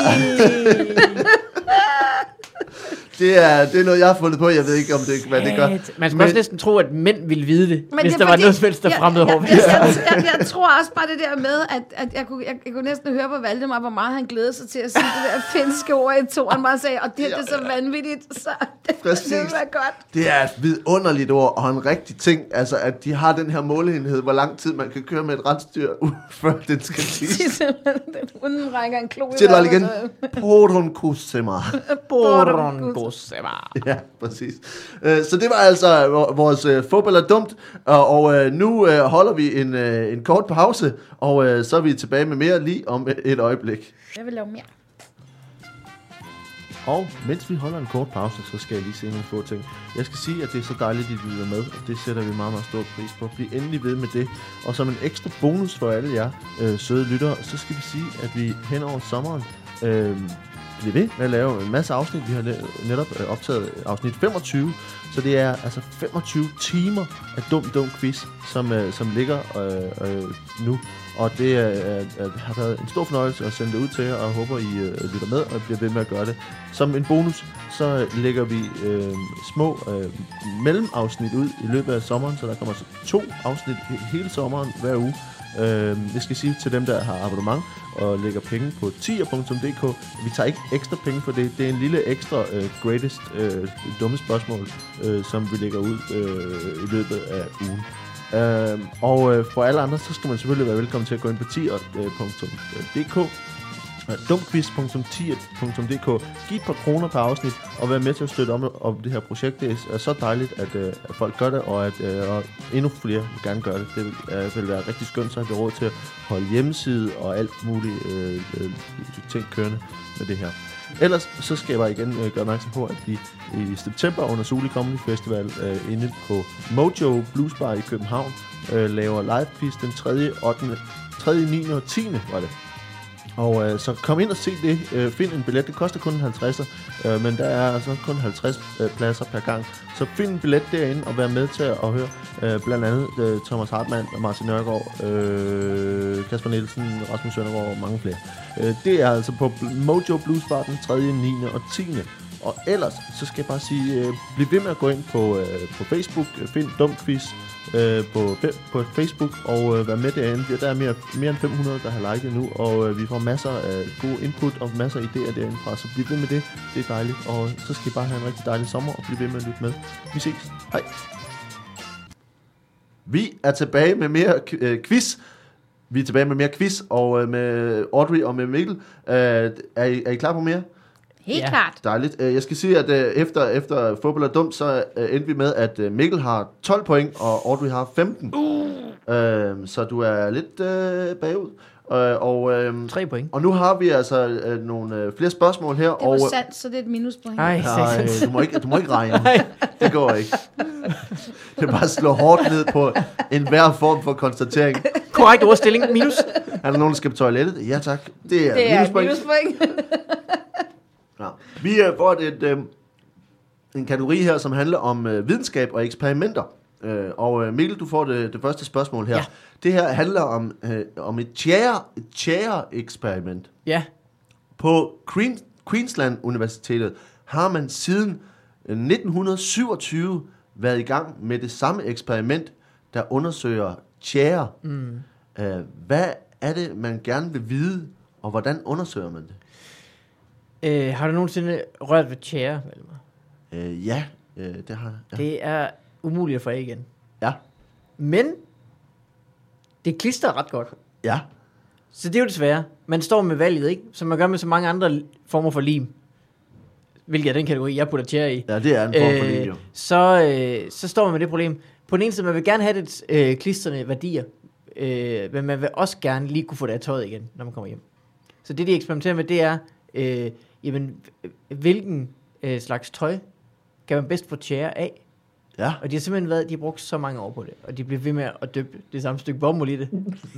det, er, det er noget, jeg har fundet på. Jeg ved ikke, om det, hvad det gør. Man skulle Men- også næsten tro, at mænd ville vide det, Men hvis det er der var fordi- noget som helst, der Ja, fremmede ja, hårvækst. jeg, jeg, jeg, jeg tror også bare det der med, at, at jeg, kunne, jeg, jeg kunne næsten høre på Valdemar, hvor meget han glædede sig til at sige det der finske ord i toren, bare sagde, og det, det er så vanvittigt, så det, Præcis. det vil være godt. Det er et vidunderligt ord, og en rigtig ting, altså at de har den her måleenhed, hvor lang tid man kan køre med et rensdyr, før den skal Det tisse. er simpelthen, den hunden rækker en klo i Siger du vejret, igen? så- Poronkusema. Borongosema. Ja, præcis. Øh, Så det var altså vor- vores øh, fodbold er dumt, og, og øh, nu øh, holder vi en, øh, en kort pause, og øh, så er vi tilbage med mere lige om et- et øjeblik. Jeg vil lave mere. Og mens vi holder en kort pause, så skal jeg lige se nogle få ting. Jeg skal sige, at det er så dejligt, at I lytter med, og det sætter vi meget, meget stor pris på. Bliv endelig ved med det. Og som en ekstra bonus for alle jer øh, søde lyttere, så skal vi sige, at vi hen over sommeren øh, bliver ved med at lave en masse afsnit. Vi har ne- netop øh, optaget afsnit femogtyve, så det er altså femogtyve timer af dum, dum quiz, som, øh, som ligger øh, øh, nu. Og det er, er, er, har været en stor fornøjelse at sende det ud til jer, og jeg håber, I øh, lytter med og bliver ved med at gøre det. Som en bonus, så lægger vi øh, små øh, mellemafsnit ud i løbet af sommeren, så der kommer altså to afsnit he- hele sommeren hver uge. Øh, jeg skal sige til dem, der har abonnement og lægger penge på tier punktum d k, vi tager ikke ekstra penge for det. Det er en lille ekstra øh, greatest øh, dumme spørgsmål, øh, som vi lægger ud øh, i løbet af ugen. Uh, og uh, for alle andre, så skal man selvfølgelig være velkommen til at gå ind på tier punktum d k, uh, dumquiz punktum tier punktum d k, giv et par kroner per afsnit og være med til at støtte om, om det her projekt. Det er så dejligt, at, uh, at folk gør det, og at uh, og endnu flere vil gerne gøre det. Det vil, uh, vil være rigtig skønt, så har vi råd til at holde hjemmeside og alt muligt uh, uh, ting kørende med det her. Ellers så skal jeg bare igen øh, gøre opmærksom på, at vi i september under Soli Comedy Festival øh, inde på Mojo Blues Bar i København øh, laver live quiz den tredje, ottende, tredje, niende og tiende var det. Og øh, så kom ind og se det. Øh, find en billet. Det koster kun en halvtredser, øh, men der er altså kun halvtreds øh, pladser per gang. Så find en billet derinde og vær med til at høre øh, blandt andet øh, Thomas Hartmann, Martin Nørgaard, øh, Kasper Nielsen, Rasmus Søndergaard og mange flere. Øh, det er altså på Mojo Blues Bar den tredje, niende og tiende. Og ellers, så skal jeg bare sige, øh, bliv ved med at gå ind på, øh, på Facebook, find Dumquiz øh, på, på Facebook, og øh, være med derinde. Der er mere, mere end fem hundrede, der har liket nu, og øh, vi får masser af gode input og masser af idéer derindefra, så bliv ved med det. Det er dejligt, og så skal I bare have en rigtig dejlig sommer, og bliv ved med at lytte med. Vi ses. Hej. Vi er tilbage med mere øh, quiz. Vi er tilbage med mere quiz, og øh, med Audrey og med Mikkel. Øh, er, I, er I klar på mere? Helt Ja. klart. Dejligt. Øh, Jeg skal sige, at øh, efter, efter fodbold er dumt, så øh, endte vi med, at øh, Mikkel har tolv point, og Audrey har femten. Uh. Øh, så du er lidt øh, bagud. Øh, og, øh, Tre point. og nu har vi altså øh, nogle øh, flere spørgsmål her. Det og, var sandt, så det er et minuspoint. Ej, Nej, du må ikke, du må ikke regne. Det går ikke. Det er bare at slå hårdt ned på enhver form for konstatering. Korrekt ordstilling, minus. Er der nogen, der skal på toilettet? Ja tak. Det er, Det er et minuspoint. minuspoint. Ja. Vi har fået et, øh, en kategori her, som handler om øh, videnskab og eksperimenter. Øh, og øh, Mikkel, du får det, det første spørgsmål her. Ja. Det her handler om, øh, om et chair-eksperiment. Ja. På Queen, Queensland Universitetet har man siden øh, nitten syvogtyve været i gang med det samme eksperiment, der undersøger chair. Mm. Øh, hvad er det, man gerne vil vide, og hvordan undersøger man det? Øh, har du nogensinde rørt ved chair, Valmar? Øh, ja, øh, det har jeg. Det er umuligt at få af igen. Ja. Men det klister ret godt. Ja. Så det er jo desværre. Man står med valget, ikke? Som man gør med så mange andre former for lim. Hvilket er den kategori, jeg putter chair i. Ja, det er en form for Øh, liv, jo. så, øh, så står man med det problem. På den ene side, man vil gerne have det øh, klistrende værdier. Øh, men man vil også gerne lige kunne få det af tøjet igen, når man kommer hjem. Så det, de eksperimenterer med, det er, øh, jamen, hvilken øh, slags tøj kan man bedst få chair af? Ja. Og de har simpelthen været, de har brugt så mange år på det, og de bliver ved med at dyppe det samme stykke bomuld i det,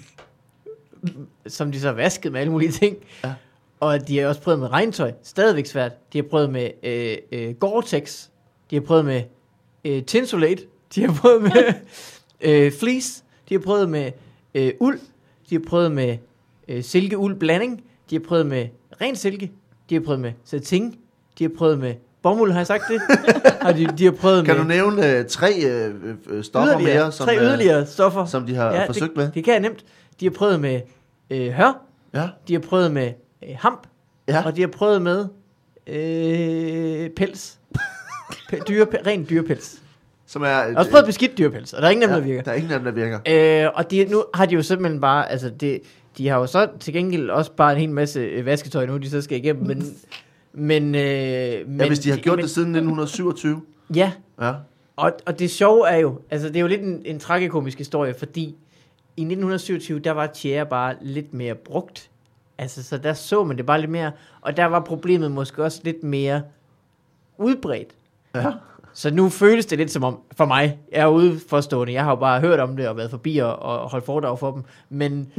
som de så har vasket med alle mulige ting. Ja. Og de har også prøvet med regntøj, stadigvæk svært. De har prøvet med øh, øh, Gore-Tex, de har prøvet med øh, Tinsolate, de har prøvet med øh, fleece, de har prøvet med øh, uld, de har prøvet med øh, silke-uld-blanding, de har prøvet med ren silke, de har prøvet med satin, de har prøvet med bomuld, har jeg sagt det? Har de, de har prøvet Kan med du nævne uh, tre uh, stoffer yderligere, mere, som, tre yderligere stoffer, uh, som de har ja, forsøgt det, med? det kan jeg nemt. De har prøvet med øh, hør, Ja. de har prøvet med øh, hamp, Ja. og de har prøvet med øh, pels. P- dyre, ren dyrepels. Som er, Jeg har også prøvet beskidt dyrepels, og der er ingen af dem, der virker. Der er ingen af dem, der virker. Øh, og de, nu har de jo simpelthen bare, altså det, de har jo så til gengæld også bare en hel masse øh, vasketøj nu, de så skal igennem, men... men, øh, Ja, men hvis de har gjort men, det siden nitten syvogtyve. Ja, Ja. og, og det sjove er jo, altså det er jo lidt en, en tragikomisk historie, fordi i nitten syvogtyve, der var chair bare lidt mere brugt. Altså, så der så man det bare lidt mere, og der var problemet måske også lidt mere udbredt. Ja. Så nu føles det lidt som om, for mig, jeg er ude forstående, jeg har jo bare hørt om det og været forbi og, og holdt foredrag for dem, men,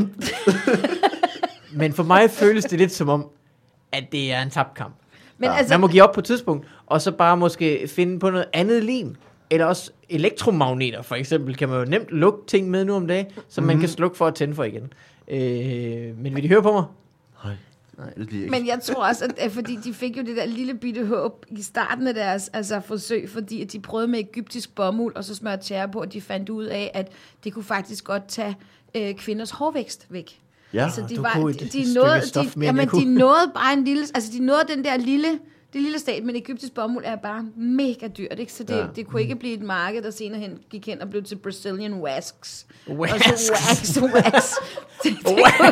men for mig føles det lidt som om, at det er en tabt kamp. Men Ja. altså, Man må give op på et tidspunkt, og så bare måske finde på noget andet lim. Eller også elektromagneter, for eksempel, kan man jo nemt lukke ting med nu om dagen, som mm-hmm. man kan slukke for at tænde for igen. Øh, men vil de høre på mig? Nej, Nej. det lige ikke. men jeg tror også, at, at fordi de fik jo det der lille bitte håb i starten af deres altså, forsøg, fordi at de prøvede med egyptisk bomuld, og så smørte tjære på, og de fandt ud af, at det kunne faktisk godt tage øh, kvinders hårvækst væk. Ja. Så de, du var, kunne de, et de, stykke nåede, stof de, mere, end jamen, jeg kunne. de nåede bare en lille, altså de nåede den der lille, det lille stat, men egyptisk bomuld er bare mega dyrt, ikke? Så det, Ja. ja. det kunne ikke blive et marked, der senere hen gik hen og blev til Brazilian waxs. Wax. Og så wax, wax. det, det kunne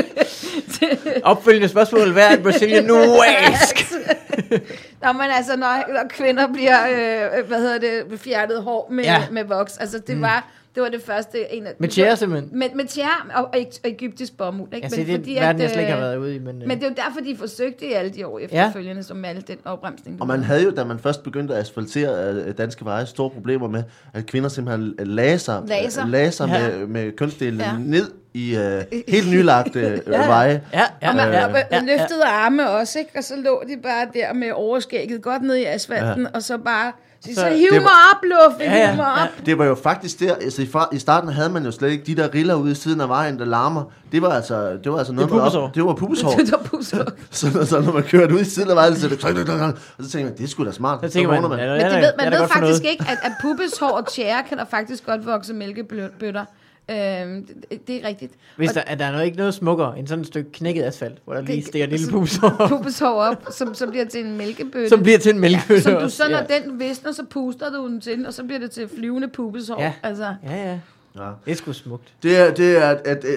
ikke- Opfølgende spørgsmål, hvad er et Brazilian nu? Wask! Nå, men altså, når, når kvinder bliver, øh, hvad hedder det, fjertet hår med, Ja. ja. med voks, altså det mm. var, det var det første. En af, Med tjære simpelthen. Med, med tjære og, og, og egyptisk bomuld, ikke? Altså, det er det, verden, jeg slet ikke har været ude i. Men, øh, Men det er jo derfor, de forsøgte i alle de år efterfølgende, ja. som med al den opremsning. Og man havde jo, da man først begyndte at asfaltere øh, danske veje, store problemer med, at kvinder simpelthen laser, Laser. øh, laser Ja. med, med kønsdelene Ja. ned i øh, helt nylagte øh, Ja. veje. Ja, ja, Og man ja, ja, ja, ja. løftede arme også, ikke? Og så lå de bare der med overskægget godt ned i asfalten, ja. og så bare, så, Så så hiv det mig op, Luffy, Ja, ja, hiv mig ja. op. Det var jo faktisk der, altså i, far, i starten havde man jo slet ikke de der riller ude i siden af vejen, der larmer. Det var altså, det var altså noget Det er med pubeshår. op- Det var pubeshår. Det var pusser. så, så når man kørte ud i siden af vejen, så det, og så tænker man, det er sgu da smart. Så tænker man, vågner ja, Men ja, det ved, ja, man er der ved godt for faktisk noget. ikke, at, at pubeshår og tjære kan der faktisk godt vokse mælkebøtter. Øhm, det, det er rigtigt. Hvis Og der, er der noget, ikke noget smukkere end sådan et stykke knækket asfalt, hvor der lige det- stikker en lille så- pubeshår, pubeshår op, som, som bliver til en mælkebøtte. som bliver til en mælkebøtte. som du også. så, når ja. den visner, så puster du den til, og så bliver det til flyvende pubeshår. Ja. Altså, Ja, ja. Ja. Det er sgu smukt. Det er, det er et, et,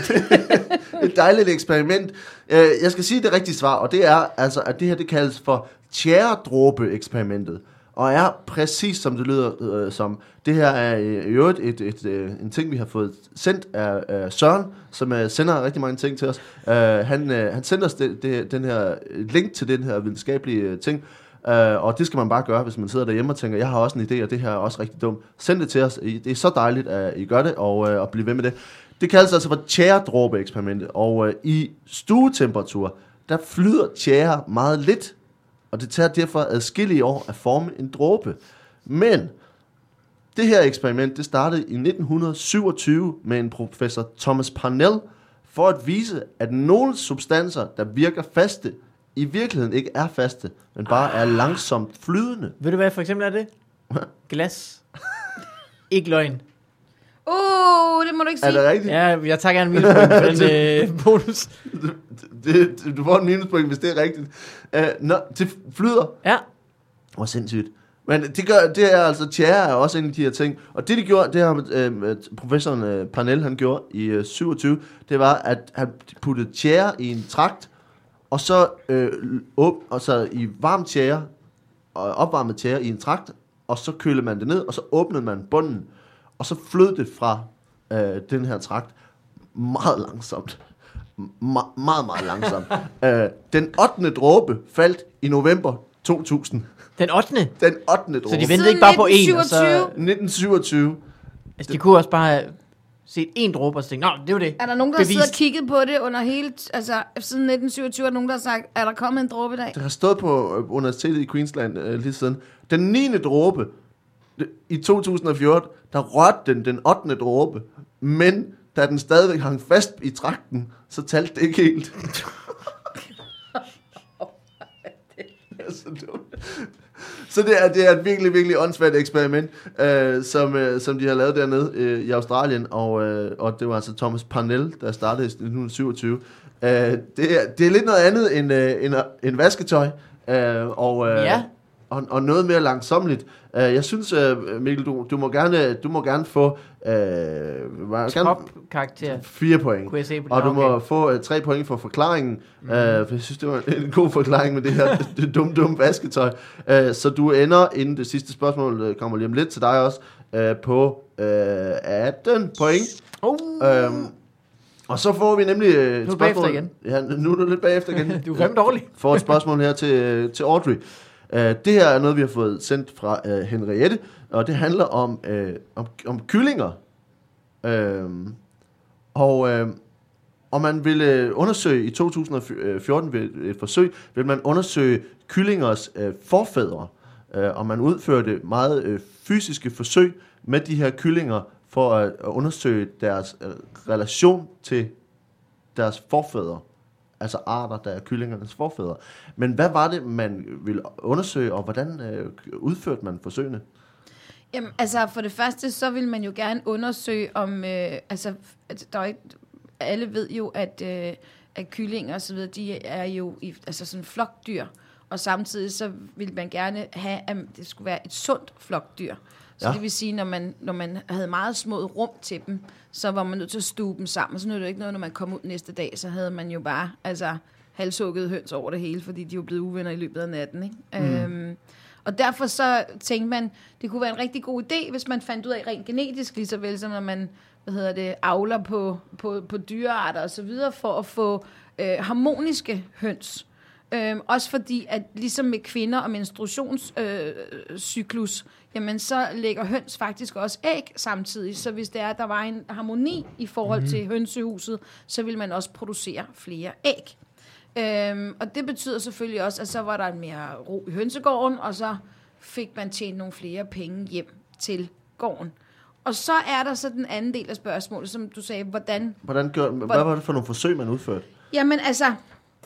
et dejligt eksperiment. Jeg skal sige det rigtige svar, og det er, altså, at det her det kaldes for tjæredråbe-eksperimentet. Og er præcis som det lyder øh, som. Det her er i øvrigt et, et, et, en ting, vi har fået sendt af, af Søren, som uh, sender rigtig mange ting til os. Uh, han, uh, han sender os det, det, den her link til den her videnskabelige uh, ting, uh, og det skal man bare gøre, hvis man sidder derhjemme og tænker, jeg har også en idé, og det her er også rigtig dumt. Send det til os. Det er så dejligt, at I gør det, og, uh, og blive ved med det. Det kaldes altså for tjæredråbe-eksperimentet, og uh, i stuetemperatur, der flyder tjære meget lidt, og det tager derfor adskillige år at forme en dråbe. Men det her eksperiment, det startede i nitten syvogtyve med en professor Thomas Parnell, for at vise, at nogle substanser, der virker faste, i virkeligheden ikke er faste, men bare er langsomt flydende. Ved du hvad for eksempel er det? Glas. Ikke løgn. Uh, det må du ikke sige. Er det rigtigt? Ja, jeg tager gerne en minuspoint for den øh, bonus. Du, det, du får en minuspoint, hvis det er rigtigt. Uh, no, det flyder. Ja. Hvor sindssygt. Men det, gør, det er altså, tjære er også en af de her ting. Og det, de gjorde, det har øh, professoren øh, Parnell, han gjorde i øh, syvogtyve, det var, at han puttede tjære i en trakt, og så, øh, op, og så i varmt tjære, og opvarmet tjære i en trakt, og så kølede man det ned, og så åbnede man bunden, og så flød det fra øh, den her trakt meget langsomt. Me- meget, meget langsomt. øh, den ottende dråbe faldt i november to tusind. Den ottende Den ottende dråbe. Så de ventede ikke bare på en, og så... nitten syvogtyve. Altså, de kunne også bare have set en dråbe og så tænkt, nå, det var det. Er der nogen, der Bevist. sidder og kigget på det under hele... Altså, siden nitten syvogtyve er der nogen, der har sagt, er der kommet en dråbe i dag? Det har stået på øh, universitetet i Queensland øh, lige siden. Den niende dråbe det, i to tusind og fjorten, der rørte den den ottende dråbe. Men da den stadigvæk hang fast i trakten, så talte det ikke helt. Så det er, det er et virkelig, virkelig åndssvagt eksperiment, øh, som, øh, som de har lavet dernede øh, i Australien, og, øh, og det var altså Thomas Parnell, der startede i nitten syvogtyve. Øh, det, er, det er lidt noget andet end, øh, end, end vasketøj, øh, og, øh, ja. og, og noget mere langsomligt. Øh, jeg synes, øh, Mikkel, du, du, må gerne, du må gerne få øh, top-karakter. fire point, Kunne jeg se på det? og du Okay. må få øh, tre point for forklaringen, mm. øh, for jeg synes, det var en god forklaring med det her det dumme, dumme vasketøj. Øh, så du ender, inden det sidste spørgsmål øh, kommer lige om lidt til dig også, øh, på øh, atten point. Oh. Øhm, og så får vi nemlig øh, et Nu er du spørgsmål. bagefter igen. Ja, nu er du lidt bagefter igen. Du er fandme dårlig. Får et spørgsmål her til, til Audrey. Uh, det her er noget, vi har fået sendt fra uh, Henriette, og det handler om, uh, om, om kyllinger. Uh, og, uh, og man ville undersøge, i to tusind og fjorten ved et forsøg, vil man undersøge kyllingers uh, forfædre. Uh, og man udførte meget uh, fysiske forsøg med de her kyllinger, for at, at undersøge deres uh, relation til deres forfædre. Altså arter, der er kyllingernes forfædre. Men hvad var det, man ville undersøge, og hvordan øh, udførte man forsøgene? Jamen, altså for det første, så vil man jo gerne undersøge om, øh, altså, at der er ikke, alle ved jo, at, øh, at kyllinger og så videre, de er jo i, altså sådan flokdyr, og samtidig så vil man gerne have, at det skulle være et sundt flokdyr. Så ja. Det vil sige, når man, når man havde meget små rum til dem, så var man nødt til at stue dem sammen. Så nu er det ikke noget, når man kom ud næste dag, så havde man jo bare altså, halshugget høns over det hele, fordi de var blevet uvenner i løbet af natten. Ikke? Mm. Øhm, og derfor så tænkte man, det kunne være en rigtig god idé, hvis man fandt ud af rent genetisk, lige så vel som når man hvad hedder det, avler på, på, på dyrearter og så videre, for at få øh, harmoniske høns. Øhm, også fordi, at ligesom med kvinder og menstruationscyklus, øh, jamen så lægger høns faktisk også æg samtidig. Så hvis det er, at der var en harmoni i forhold mm. til hønsehuset, så vil man også producere flere æg. Øhm, og det betyder selvfølgelig også, at så var der mere ro i hønsegården, og så fik man tjent nogle flere penge hjem til gården. Og så er der så den anden del af spørgsmålet, som du sagde, hvordan... hvordan gør, hvad var det for nogle forsøg, man udførte? Jamen altså...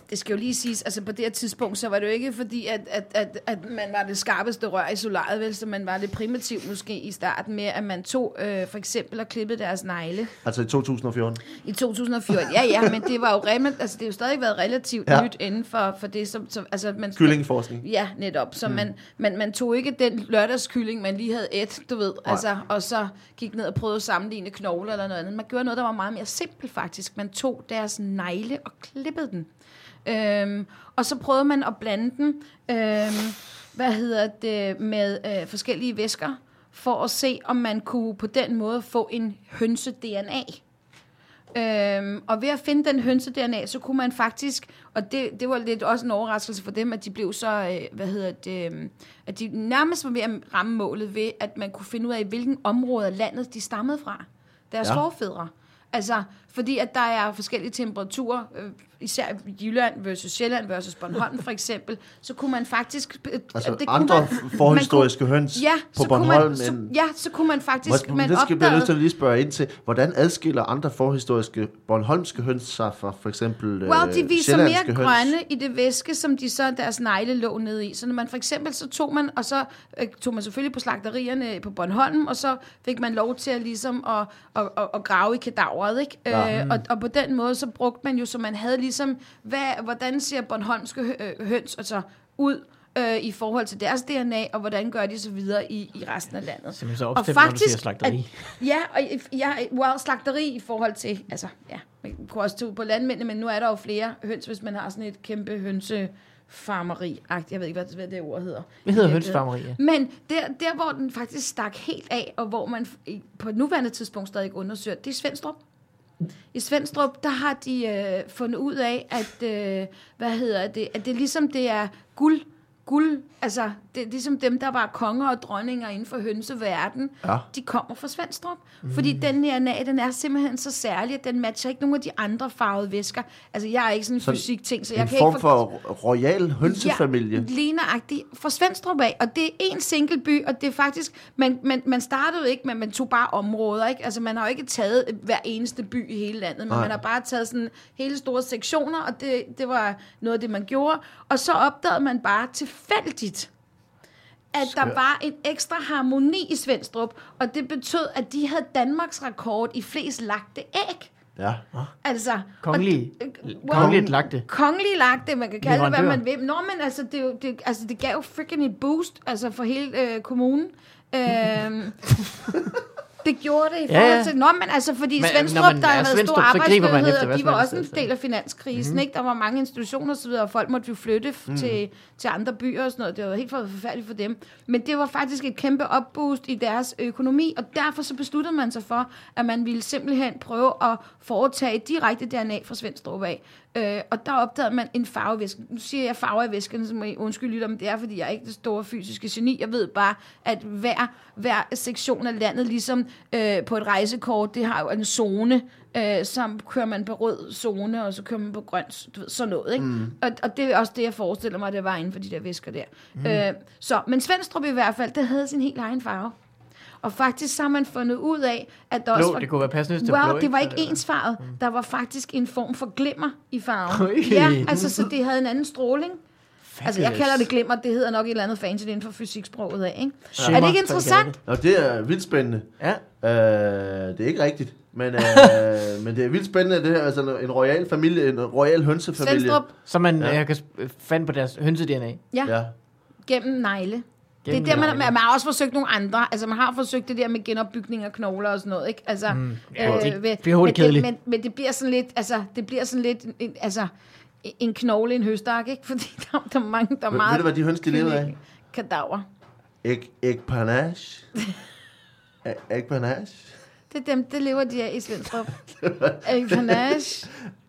det skal jo lige siges, altså på det her tidspunkt, så var det jo ikke fordi, at, at, at, at man var det skarpeste rør i solariet, vel, så man var lidt primitiv måske i starten med, at man tog øh, for eksempel og klippede deres negle. Altså i to tusind og fjorten? I to tusind og fjorten, ja, ja, men det var jo rem- altså det har jo stadig været relativt ja. nyt inden for, for det, som, som altså man... Kyllingforskning. Ja, netop, så mm. man, man, man tog ikke den lørdagskylling, man lige havde et, du ved, Nej. altså, og så gik ned og prøvede at sammenligne knogler eller noget andet. Man gjorde noget, der var meget mere simpelt faktisk. Man tog deres negle og klippede den. Øhm, og så prøvede man at blande den øhm, hvad hedder det, med øh, forskellige væsker, for at se, om man kunne på den måde få en hønse-D N A. Øhm, og ved at finde den hønse-D N A, så kunne man faktisk, og det, det var lidt også en overraskelse for dem, at de blev så, øh, hvad hedder det, øh, at de nærmest var ved at ramme målet ved, at man kunne finde ud af, hvilken område af landet de stammede fra. Deres ja. forfædre. Altså, fordi at der er forskellige temperaturer, øh, især Jylland versus Sjælland versus Bornholm for eksempel, så kunne man faktisk... Øh, altså det andre man, forhistoriske man kunne, høns ja, på Bornholm. Man, så, ja, så kunne man faktisk... Man, man det skal opdagede, vi nødt til at lige spørge ind til. Hvordan adskiller andre forhistoriske bornholmske høns sig fra for eksempel well, well, de viser mere høns? grønne i det væske, som de så deres negle lå nede i. Så når man for eksempel, så tog man, og så øh, tog man selvfølgelig på slagterierne på Bornholm, og så fik man lov til at ligesom at, at, at, at grave i kadaveret, ikke? Ja. Øh, og, og på den måde, så brugte man jo, så man havde ligesom, hvad, hvordan ser bornholmske hø- høns altså ud øh, i forhold til deres D N A, og hvordan gør de så videre i, i resten af landet. Simpelthen så opstemt, når du siger slagteri. At, ja, og ja, well, slagteri i forhold til, altså, ja, man kunne også tage på landmændene, men nu er der jo flere høns, hvis man har sådan et kæmpe hønsefarmeri. Jeg ved ikke, hvad det ord hedder. Hvad hedder hønsefarmeri? Ja. Men der, der, hvor den faktisk stak helt af, og hvor man på et nuværende tidspunkt stadig undersøger, det er Svenstrup. I Svenstrup, der har de øh, fundet ud af, at, øh, hvad hedder det, at det ligesom det er guld, guld, altså det er ligesom dem, der var konger og dronninger inden for hønseverden, ja. de kommer fra Svenstrup. Mm. Fordi den D N A, den er simpelthen så særlig, at den matcher ikke nogen af de andre farvede væsker. Altså jeg er ikke sådan en fysik-ting, så jeg kan ikke... En form for royal hønsefamilie. Ja, ligneragtigt fra Svenstrup af, og det er en single by, og det er faktisk... Man, man, man startede jo ikke, men man tog bare områder, ikke? Altså man har jo ikke taget hver eneste by i hele landet, men Nej. man har bare taget sådan hele store sektioner, og det, det var noget af det, man gjorde. Og så opdagede man bare tilfældigt, at der var en ekstra harmoni i Svenstrup, og det betød, at de havde Danmarks rekord i flest lagte æg. Ja. Altså, kongelige, well, kongeligt lagte. Kongelige lagte, man kan kalde det, hvad man vil. Nå, men altså, det, jo, det, altså, det gav jo freaking et boost altså, for hele øh, kommunen. øhm, det gjorde det i forhold ja, ja. til... Nå, men altså, fordi men, Svenstrup, man, der havde Svenstrup, stor arbejdsløshed, og de var også en del af finanskrisen, mm-hmm. ikke? Der var mange institutioner og så videre, og folk måtte jo flytte mm. til, til andre byer og sådan noget. Det var helt forfærdeligt for dem. Men det var faktisk et kæmpe opboost i deres økonomi, og derfor så besluttede man sig for, at man ville simpelthen prøve at foretage direkte D N A fra Svenstrup af. Øh, og der opdagede man en farvevæske. Nu siger jeg farver i væskerne, så må I undskylde lidt, men det er, fordi jeg er ikke det store fysiske geni. Jeg ved bare, at hver, hver sektion af landet, ligesom øh, på et rejsekort, det har jo en zone, øh, så kører man på rød zone, og så kører man på grøn, du ved, sådan noget, ikke? Mm. Og, og det er også det, jeg forestiller mig, det var inden for de der væsker der. Mm. Øh, så, men Svenstrup i hvert fald, det havde sin helt egen farve. Og faktisk så har man fundet ud af, at der blå, også var... det kunne være passende til wow, blå, det var ikke ensfarvet. Mm. Der var faktisk en form for glimmer i farven. Okay. Ja, altså så det havde en anden stråling. Fabulous. Altså jeg kalder det glimmer, det hedder nok et eller andet fancy inden for fysiksproget af, ikke? Ja. Er det ikke interessant? Nå, det er vildt spændende. Ja. Øh, det er ikke rigtigt, men, øh, men det er vildt spændende, det her, altså en royal familie, en royal hønsefamilie. Svenstrup. Så man ja. kan fandt på deres hønse-D N A. Ja, ja. Gennem negle. Det er der, man, man har også forsøgt nogle andre. Altså, man har forsøgt det der med genopbygning af knogler og sådan noget, ikke? Altså, mm. ja, øh, det, ved, det bliver hurtigt kedeligt. Men, men det bliver sådan lidt, altså, det bliver sådan lidt, en, altså, en knogle i en høstak, ikke? Fordi der, der er mange, der er meget... Ved du, hvad de høns, de lever af? Kadaver. Æg, ægpanage. Ægpanage. Det er dem, det lever de af i Svenstrup. Ægpanage.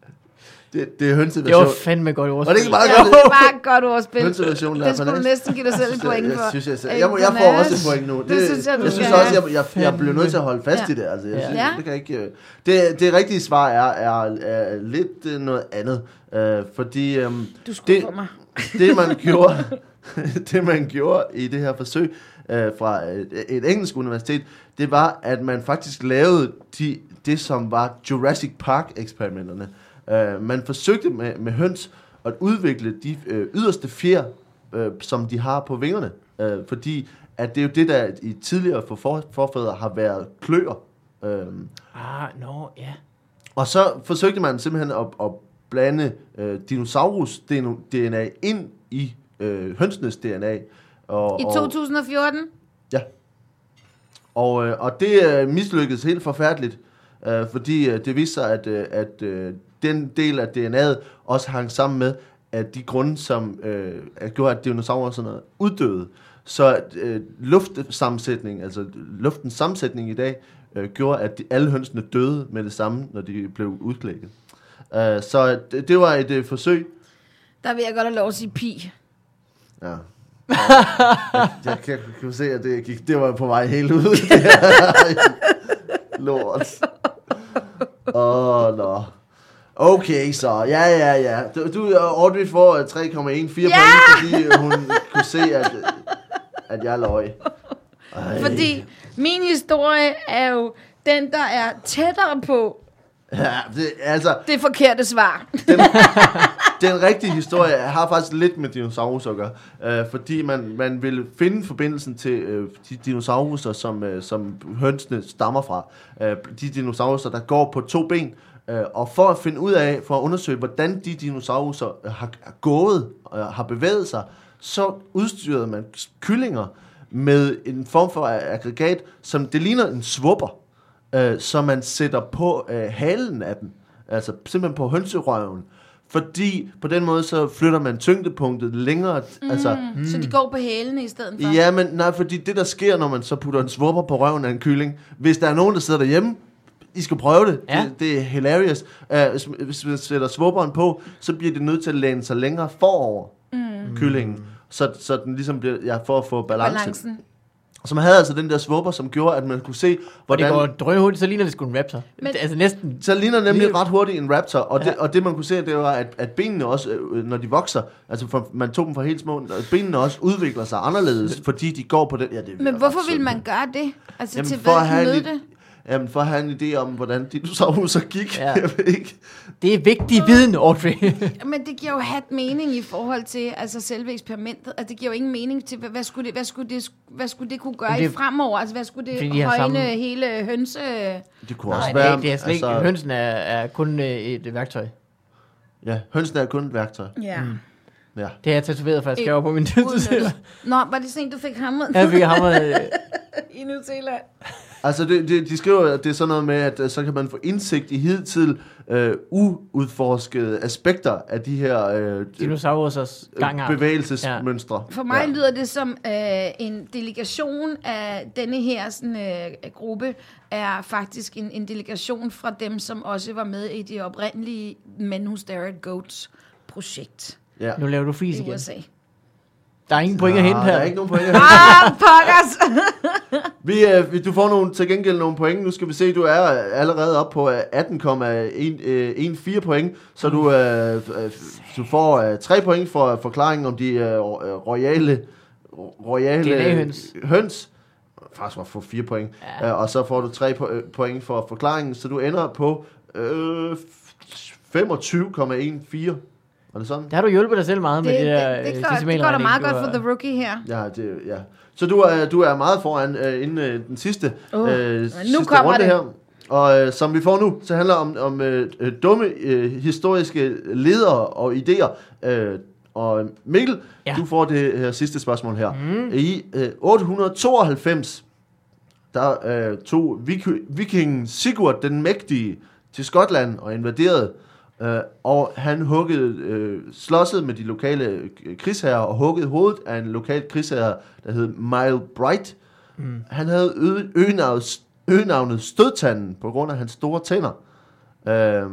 Det, det er hønseversion. Det var fandme godt ordspil. Og det er ikke meget ja, godt. Det er bare et godt ordspil. Hønseversion. Det skulle du næsten give dig selv et point for. Jeg, synes, jeg, jeg, jeg, jeg får også et point nu. Det, det synes jeg, du jeg synes også, jeg, jeg, jeg bliver nødt til at holde fast ja. i det. Altså, jeg synes, ja. det, kan ikke, det, det rigtige svar er, er, er lidt noget andet. Uh, fordi um, du skulle for mig. det, man gjorde, det man gjorde i det her forsøg uh, fra et, et engelsk universitet, det var, at man faktisk lavede de, det, som var Jurassic Park-eksperimenterne. Uh, man forsøgte med, med høns at udvikle de øh, yderste fjer, øh, som de har på vingerne. Øh, fordi at det er jo det, der i tidligere for, for forfædre har været kløer. Øh, Ah, no, ja. Yeah. og så forsøgte man simpelthen at, at blande øh, dinosaurus-D N A ind i øh, hønsenes D N A. Og, I to tusind og fjorten? Ja. Og, øh, og det øh, mislykkedes helt forfærdeligt, øh, fordi øh, det viste sig, at, øh, at øh, den del af D N A'et også hang sammen med, at de grunde, som øh, gjorde, at dinosaurerne uddøde. Så øh, luftsammensætning, altså luftens sammensætning i dag, øh, gjorde, at de, alle hønsene døde med det samme, når de blev udklækket. Uh, så det, det var et uh, forsøg. Der vil jeg godt have lov at sige pi. Ja. jeg, jeg kan, kan se, at det, gik, det var på vej helt ud. Lort. Åh, oh, nå. Okay, så. Ja, ja, ja. Du, du Audrey får tre komma en fire ja! point, fordi hun kunne se, at, at jeg løg. Ej. Fordi min historie er jo den, der er tættere på Ja, det, altså, det forkerte svar. Den, den rigtige historie har faktisk lidt med dinosaurer at gøre, øh, fordi man, man vil finde forbindelsen til øh, de dinosaurer, som, øh, som hønsene stammer fra. Øh, de dinosaurer, der går på to ben. Øh, og for at finde ud af, for at undersøge, hvordan de dinosaurer har gået og har bevæget sig, så udstyrede man kyllinger med en form for aggregat, som det ligner en svupper. Uh, som man sætter på uh, halen af dem, altså simpelthen på hønserøven, fordi på den måde så flytter man tyngdepunktet længere, mm, altså, mm. så de går på hælene i stedet for? Ja, men nej, fordi det der sker, når man så putter en svupper på røven af en kylling, hvis der er nogen, der sidder derhjemme, I skal prøve det, ja. det, det er hilarious, uh, hvis, hvis man sætter svupperen på, så bliver det nødt til at læne sig længere forover mm. kyllingen, så, så den ligesom bliver, ja, for at få balance. Balancen. Så man havde altså den der svupper, som gjorde, at man kunne se, hvordan... Og det går drønhurtigt, så ligner det sgu en raptor. Men, altså næsten... Så ligner nemlig lige... ret hurtigt en raptor, og, ja. det, og det man kunne se, det var, at, at benene også, når de vokser, altså for, man tog dem fra helt små, benene også udvikler sig anderledes, fordi de går på den... Ja, det Men hvorfor vil man gøre det? Altså Jamen, til hvad kan møde det? Jamen, for at have en idé om, hvordan dinosaurer så gik. Ja. Jeg ved ikke. Det er vigtig viden, Audrey. Men det giver jo hat mening i forhold til altså selve eksperimentet. Altså, det giver jo ingen mening til, hvad, hvad, skulle, det, hvad, skulle, det, hvad skulle det kunne gøre det, i fremover? Altså, hvad skulle det højne samme... hele hønse... Det kunne Nej, også være... Det, det er slet ikke. Altså... Hønsen er, er kun et værktøj. Ja, hønsen er kun et værktøj. Ja. Mm. Ja. Det har jeg tatoveret, for jeg skrev på min Twitter. Nå, var det sådan, du fik hamret? Ja, jeg fik hamret i New Zealand. Altså, det, det, de skriver, at det er sådan noget med, at uh, så kan man få indsigt i hidtil uh, uudforskede aspekter af de her uh, dinosaurers gangart. Bevægelsesmønstre. Ja. For mig ja. lyder det som uh, en delegation af denne her sådan, uh, gruppe, er faktisk en, en delegation fra dem, som også var med i det oprindelige Men Who Stare at Goats projekt. Ja. Nu laver du fis igen. U S A. Der er ingen point at hente her. Der er ikke nogen point at hente. Ah, pokkers! vi, uh, du får nogle, til gengæld nogle point. Nu skal vi se, du er allerede op på atten komma en fire point. Så du, uh, du får uh, tre point for forklaringen om de uh, royale, royale høns. høns. Faktisk var få fire point. Ja. Uh, og så får du tre point for forklaringen. Så du ender på uh, femogtyve komma fjorten. Er det sådan? Der har du hjulpet dig selv meget det, med det der det, det, det, går, det går da meget godt for The Rookie her. Ja, det, ja. Så du er, du er meget foran uh, inden uh, den sidste, uh, uh, nu sidste kommer runde det. her. Og uh, som vi får nu, så handler det om, om uh, dumme uh, historiske ledere og idéer. Uh, og Mikkel, ja. du får det uh, sidste spørgsmål her. Mm. I uh, otte hundrede tooghalvfems, der uh, tog vik- vikingen Sigurd den Mægtige til Skotland og invaderede. Uh, og han huggede, uh, slåssede med de lokale krigsherrer og huggede hovedet af en lokal krigsherre, der hed Mile Bright. Mm. Han havde ø- øgenavnet, øgenavnet Stødtanden på grund af hans store tænder. Uh,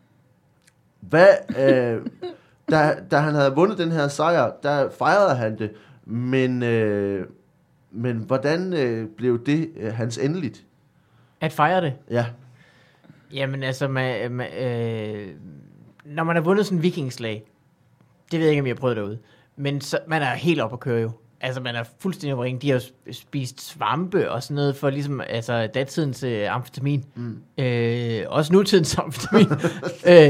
hvad, uh, da, da han havde vundet den her sejr, der fejrede han det, men, uh, men hvordan uh, blev det uh, hans endeligt? At fejre det? Ja. Jamen altså, man, man, øh, når man har vundet sådan en vikingslag, det ved jeg ikke, om jeg har prøvet derude, men så, man er helt op at køre jo. Altså, man er fuldstændig op at ringe. De har jo spist svampe og sådan noget for ligesom, altså, datidens øh, amfetamin. Mm. Øh, også nutidens amfetamin. øh,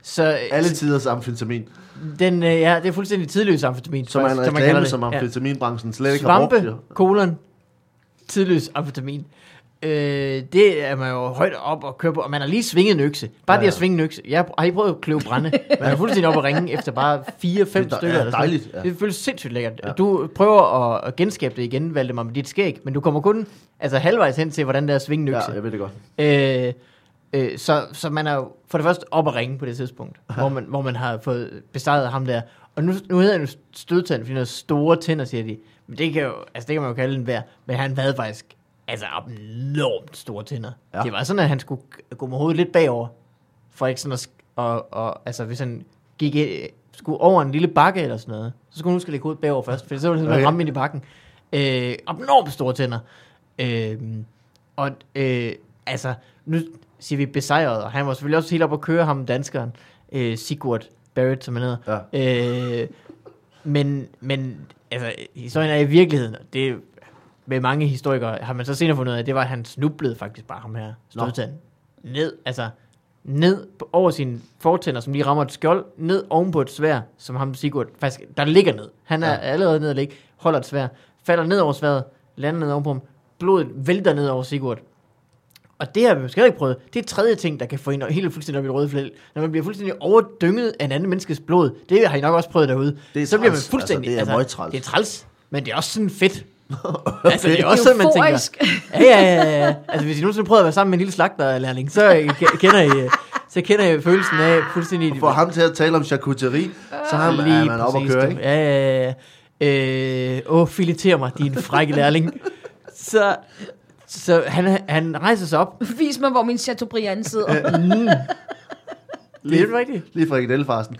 Så, Alle tiders amfetamin. Den, øh, ja, det er fuldstændig tidløs amfetamin. Som er en reklame, som amfetaminbranchen slet ikke har brugt. Svampe, kolon, tidløs amfetamin. Øh, det er man jo højt op og køre på, og man har lige svinget en økse. Bare ja, ja. det at svinge en økse. Jeg har I prøvet at kløve brænde. Man er fuldstændig op og ringe efter bare fire fem stykker. Ja, dejligt. Ja. Det føles sindssygt lækkert. Ja. Du prøver at, at genskabe det igen, Valdemar, med dit skæg, men du kommer kun altså halvvejs hen til, hvordan det er at svinge en økse. Ja, jeg ved det godt. Øh, øh, så, så man er jo for det første op og ringe på det tidspunkt, hvor man, hvor man har fået besejret ham der. Og nu, nu hedder han jo stødtand, fordi han har store tænder, siger de. Men det kan, jo, altså det kan man jo kalde den værd. Men han havde faktisk altså enormt store tænder. Ja. Det var sådan, at han skulle gå med hovedet lidt bagover, for ikke sådan at, og, og, altså hvis han gik, skulle over en lille bakke eller sådan noget, så skulle han huske at lægge hovedet bagover først, for så var det sådan, at ramme ind i bakken. Øh, enormt store tænder. Øh, og øh, altså, nu siger vi besejret, og han var selvfølgelig også helt op at køre ham, danskeren, øh, Sigurd Barrett, som han hedder. Ja. Øh, men, men, altså, historien er i virkeligheden, det er med mange historikere, har man så senere fundet ud af, det var, at han snublede faktisk bare ham her, stødtand, ned, altså, ned over sine fortænder, som lige rammer et skjold, ned ovenpå et sværd, som ham Sigurd, faktisk, der ligger ned. Han er ja. allerede nede og ligge, holder et sværd, falder ned over sværdet, lander ned ovenpå ham, blodet vælter ned over Sigurd. Og det har vi måske ikke prøvet. Det er tredje ting, der kan få en helt fuldstændig op i det røde flæl. Når man bliver fuldstændig overdynget af en anden menneskes blod, det har I nok også prøvet derude. Det er så træls. bliver man fuldstændig... Altså, det er altså, træls. Det er træls, men det er også sådan fedt. Okay. Altså, det er også sådan, man tænker... Ja, ja, ja, ja. Altså, hvis I nogensinde prøver at være sammen med en lille slagterlærling, så kender I... Så kender I følelsen af fuldstændig... Og for ham til at tale om charcuterie, så har man, er man op og køre, ikke? Ja, ja, ja. Øh, åh, fileter mig, din frække lærling. Så... Så han, han rejser sig op. Vis mig, hvor min Chateaubriand sidder. mm. Det er jo rigtigt. Lige frikadellefarsen.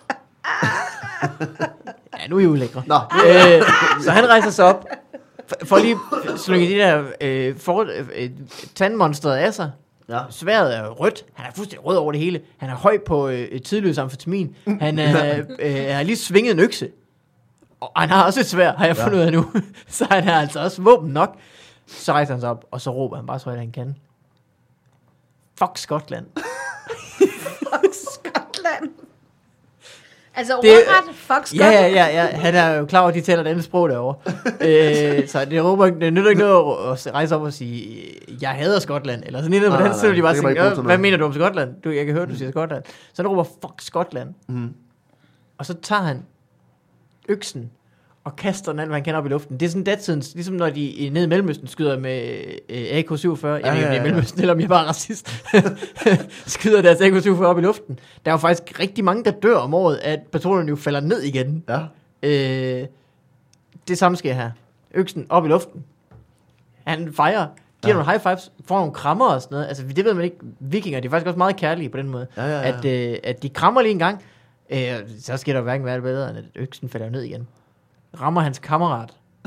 Ja, nu er I jo lækre. Nå. Øh, så han rejser sig op, for, for lige slynge de der øh, for, øh, tandmonstret af sig. Ja. Sværet er rødt. Han er fuldstændig rød over det hele. Han er høj på øh, tidløs amfetamin. Han er, øh, har lige svinget en økse. Og han har også et sværd, har jeg fundet ud af nu. Så han har altså også våben nok. Så rejser han sig op, og så råber han bare så højt, han kan. Fuck Skotland. Fuck Skotland. Altså ordret, fuck Skotland. Ja, ja, ja, ja. Han er jo klar over, at de taler et andet sprog derovre. øh, så det, råber, det nytter ikke noget at rejse op og sige, jeg hader Skotland. Eller sådan noget. Hvordan sidder de bare og siger, hvad mener du om Skotland? Du, jeg kan høre, du siger Skotland. Så han råber, fuck Skotland. Mm. Og så tager han øksen og kaster den anden, hvad han kender op i luften. Det er sådan datidens, ligesom når de nede i Mellemøsten skyder med øh, A K syvogfyrre. Jeg ja, ved ikke, om det er i Mellemøsten, eller om jeg bare er racist. Skyder deres A K syvogfyrre op i luften. Der er jo faktisk rigtig mange, der dør om året, at patronerne jo falder ned igen. Ja. Øh, det samme sker her. Øksen op i luften. Han fejrer, giver ja. nogle high fives, får nogle krammer og sådan noget. Altså, det ved man ikke. Vikinger, de er faktisk også meget kærlige på den måde. Ja, ja, ja. At, øh, at de krammer lige en gang. Øh, så skal der hverken være det bedre, end at øksen falder ned igen. Rammer hans kammerat,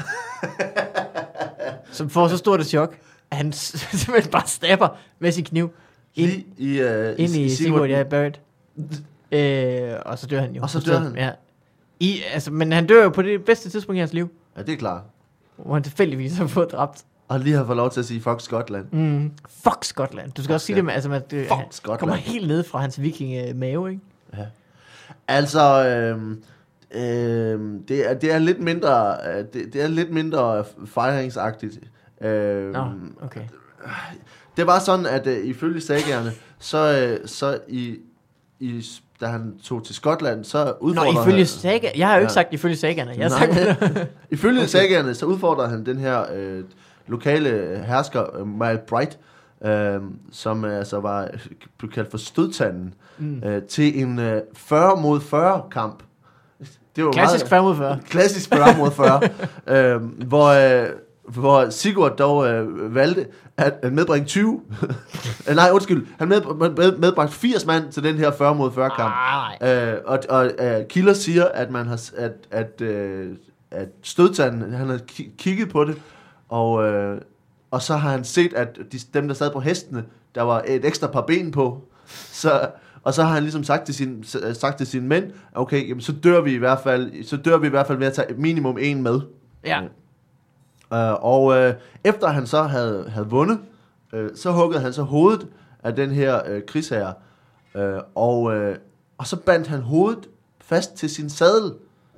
som får så stort et chok, at han simpelthen bare stabber med sin kniv ind i, i, uh, ind i, i Sigurd, ja, Barrett. Øh, og så dør han jo. Og så dør han? Ja. I, altså, men han dør jo på det bedste tidspunkt i hans liv. Ja, det er klart. Hvor han tilfældigvis har fået dræbt. Og lige har fået lov til at sige, fuck Skotland. Mm, fuck Skotland. Du skal fuck også sige det med, altså, at det, fuck Skotland. Kommer helt ned fra hans viking-mave, ikke? Ja. Altså... Øh, Øh, det, er, det er lidt mindre det, det er lidt mindre fejringsagtigt. Øh, Nå, okay. Det var sådan, at uh, ifølge sagaerne, så, uh, så i, i, da han tog til Skotland, så udfordrede Nå, ifølge saga, jeg har jo ikke ja. sagt ifølge sagaerne. Jeg har Nej, sagt ifølge okay. sagaerne, så udfordrede han den her uh, lokale hersker, uh, Mal Bright, uh, som uh, altså var blev kaldt for stødtanden, mm. uh, til en uh, fyrre mod fyrre kamp. Det var klassisk fyrre mod fyrre. Klassisk fyrre mod fyrre. øh, hvor, øh, hvor Sigurd dog øh, valgte at medbringe tyve. Nej, undskyld. Han med, med, medbragte firs mand til den her fyrre mod fyrre kamp. Øh, og og øh, kilder siger, at man har at, at, øh, at stødtanden, han har k- kigget på det, og, øh, og så har han set, at de, dem, der sad på hestene, der var et ekstra par ben på. Så... Og så har han ligesom sagt til sin sagt til sine mænd, okay, jamen, så dør vi i hvert fald, så dør vi i hvert fald ved at tage minimum en med. Ja. Uh, og uh, efter han så havde havde vundet, uh, så huggede han så hovedet af den her uh, krigsherre, uh, og uh, og så bandt han hovedet fast til sin sadel.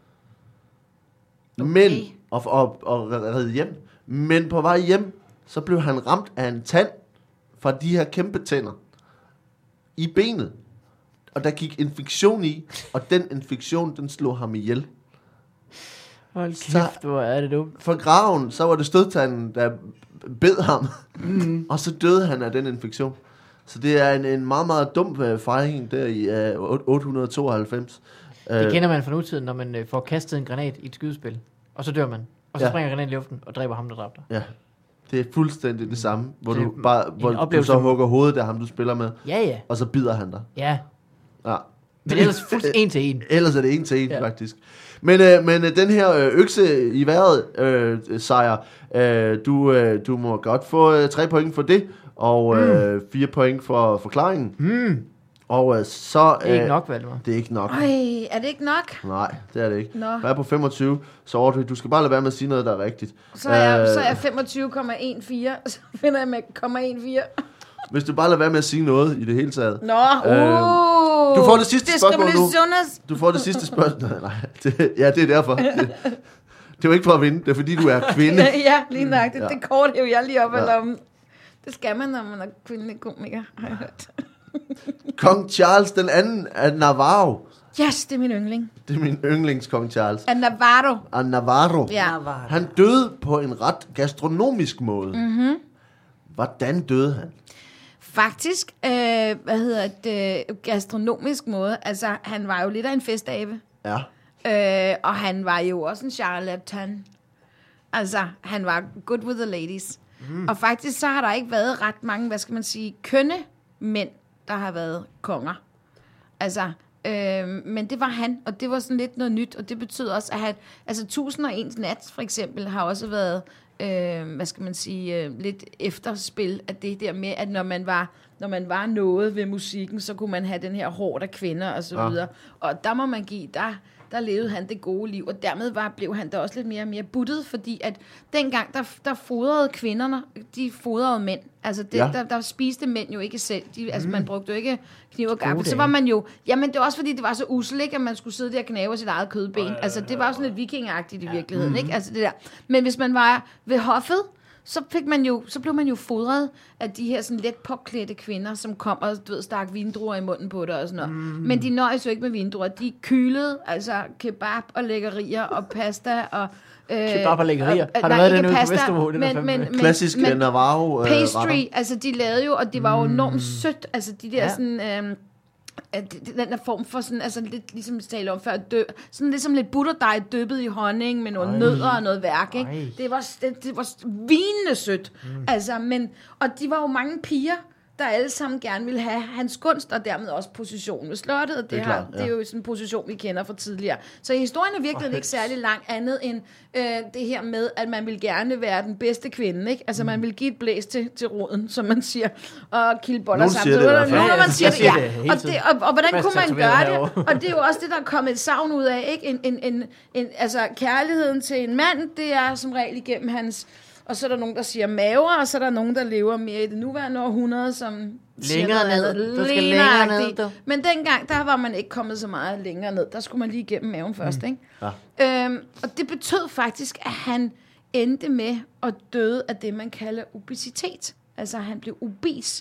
Okay. Men, og, og, og redde hjem. Men på vej hjem, så blev han ramt af en tand fra de her kæmpe tænder i benet. Og der gik infektion i, og den infektion, den slog ham ihjel. Hold kæft, hvor er det dumt. For graven, så var det stødtanden, der bed ham, mm. og så døde han af den infektion. Så det er en, en meget, meget dum uh, fejring der i uh, otte hundrede tooghalvfems. Det kender man fra nutiden, når man uh, får kastet en granat i et skydespil, og så dør man. Og så ja. springer granaten i luften og dræber ham, der dræbte dig. Ja, det er fuldstændig det samme, hvor det du bare hvor du så hugger hovedet af ham, du spiller med, ja, ja. og så bider han dig. Ja. Ja. Men ellers fuldstændig en til en. Ellers er det en til en, ja. faktisk. Men, øh, men øh, den her øh, økse i vejret, øh, sejr, øh, du, øh, du må godt få øh, tre point for det, og øh, mm. fire point for forklaringen. Mm. Og øh, så... Det er øh, ikke nok, Valdemar. Det er ikke nok. Øj, er det ikke nok? Nej, det er det ikke. Nå. Hvad er på femogtyve, så Audrey, du skal bare lade være med at sige noget, der er rigtigt. Så er jeg, øh, så er jeg femogtyve komma fjorten, og så finder jeg med komma fjorten. Hvis du bare lader være med at sige noget i det hele taget. Nå, uh, øh, du får det sidste spørgsmål nu. Jonas. Du får det sidste spørgsmål. Nej, det, ja, det er derfor. Det, det er jo ikke for at vinde, det er fordi, du er kvinde. Ja, lige nok. Det, ja. det kort er jo jeg lige op ja. Lommen. Det skal man, når man er kvindelig komiker, har jeg hørt. Kong Charles den anden af Navarro. Yes, det er min yndling. Det er min yndlings, Kong Charles. Af Navarro. Af Navarro. Ja. Han døde på en ret gastronomisk måde. Mm-hmm. Hvordan døde han? Faktisk, øh, hvad hedder det, gastronomisk måde. Altså, han var jo lidt af en festabe. Ja. Øh, og han var jo også en charlatan. Altså, han var good with the ladies. Mm. Og faktisk så har der ikke været ret mange, hvad skal man sige, kønne mænd, der har været konger. Altså, øh, men det var han, og det var sådan lidt noget nyt, og det betød også, at han, altså tusind og ens nat, for eksempel, har også været, øh, hvad skal man sige, øh, lidt efterspil af det der med, at når man var, når man var noget ved musikken, så kunne man have den her hår af kvinder, og så videre. Ja. Og der må man give, der... der levede han det gode liv, og dermed var, blev han da også lidt mere og mere buttet, fordi at dengang, der, der fodrede kvinderne, de fodrede mænd. Altså, det, ja. der, der spiste mænd jo ikke selv. De, altså, mm. man brugte jo ikke kniv og gaffel. Så var man jo... Jamen, det var også fordi, det var så usel, ikke, at man skulle sidde der og knæve sit eget kødben. Øh, altså, det var jo sådan lidt vikingagtigt i virkeligheden, mm. ikke? Altså, det der. Men hvis man var ved hoffet, så fik man jo, så blev man jo fodret af de her sådan let påklædte kvinder, som kom og, du ved, stak vindruer i munden på det og sådan noget. Mm. Men de nøjes jo ikke med vindruer. De kylede, altså kebab og lækkerier og pasta og... Øh, kebab og lækkerier? Og, har du været dernede på Vesterbro? Men, men, klassisk men, Navarro øh, pastry, retter. Altså de lavede jo, og det var jo enormt mm. sødt. Altså de der ja. sådan... Øh, den der form for sådan, altså lidt ligesom vi talte om før, dø, sådan ligesom lidt butterdej dyppet i honning med nogle Ej. nødder og noget værk, ikke? Det var, det, det var vinende sødt, mm. altså, men, og de var jo mange piger, der alle sammen gerne ville have hans gunst, og dermed også position ved slottet, og det, det, er, klart, ja. det er jo sådan en position, vi kender fra tidligere. Så historien er virkelig oh, ikke særlig lang andet end øh, det her med, at man vil gerne være den bedste kvinde, ikke? Altså, mm. man vil give et blæs til, til roden, som man siger, og kilde boller sammen. Nogen siger det, Nogen, man siger det, ja. det og, det og, og hvordan kunne man gøre det? Og det er jo også det, der er kommet et savn ud af, ikke? En, en, en, en, altså, kærligheden til en mand, det er som regel igennem hans... Og så er der nogen, der siger maver, og så er der nogen, der lever mere i det nuværende århundrede, som længere ned. Du skal længere ned, du. Men dengang, der var man ikke kommet så meget længere ned. Der skulle man lige igennem maven først, mm. ikke? Ja. Øhm, og det betød faktisk, at han endte med at døde af det, man kalder obesitet. Altså, han blev obes.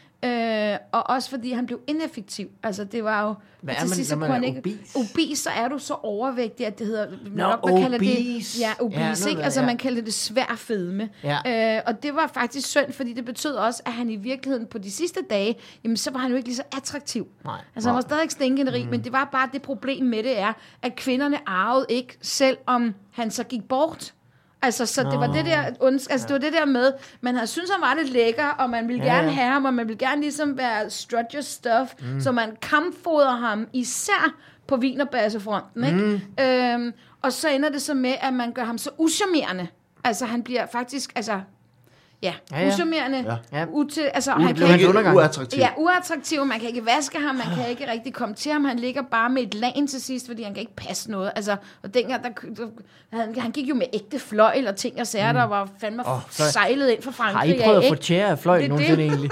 Øh, og også fordi han blev ineffektiv. Altså det var jo... Hvad er man, når man er ikke, obese? Obese, så er du så overvægtig, at det hedder... Nå, nok, man obese. kalder det, ja, obese, ja, ikke? Altså ja. Man kalder det svær fedme. Ja. Øh, og det var faktisk synd, fordi det betød også, at han i virkeligheden på de sidste dage, jamen så var han jo ikke lige så attraktiv. Nej. Altså han var stadig stinkende rig, mm. men det var bare det problem med det er, at kvinderne arvede ikke, selvom han så gik bort. Altså, så det var det der, altså, ja. det var det der med, man havde syntes, han var lidt lækker, og man ville ja, gerne ja. have ham, og man ville gerne ligesom være strut your stuff, mm. så man kampfoder ham, især på wienerbassefronten, ikke? Mm. Øhm, og så ender det så med, at man gør ham så uschammerende. Altså, han bliver faktisk, altså... Ja, ja, ja. uschammerende. Ja. Ute, altså, U- han kan ikke, uattraktiv. Ja, uattraktiv. Man kan ikke vaske ham, man kan ikke rigtig komme til ham. Han ligger bare med et lagen til sidst, fordi han kan ikke passe noget. Altså, og dengang, der, der, han, han gik jo med ægte fløjl og ting og sager, mm. der var fandme oh, sejlet ind fra Frankrig. Har I prøvet at få tjære af fløjl nogensinde egentlig?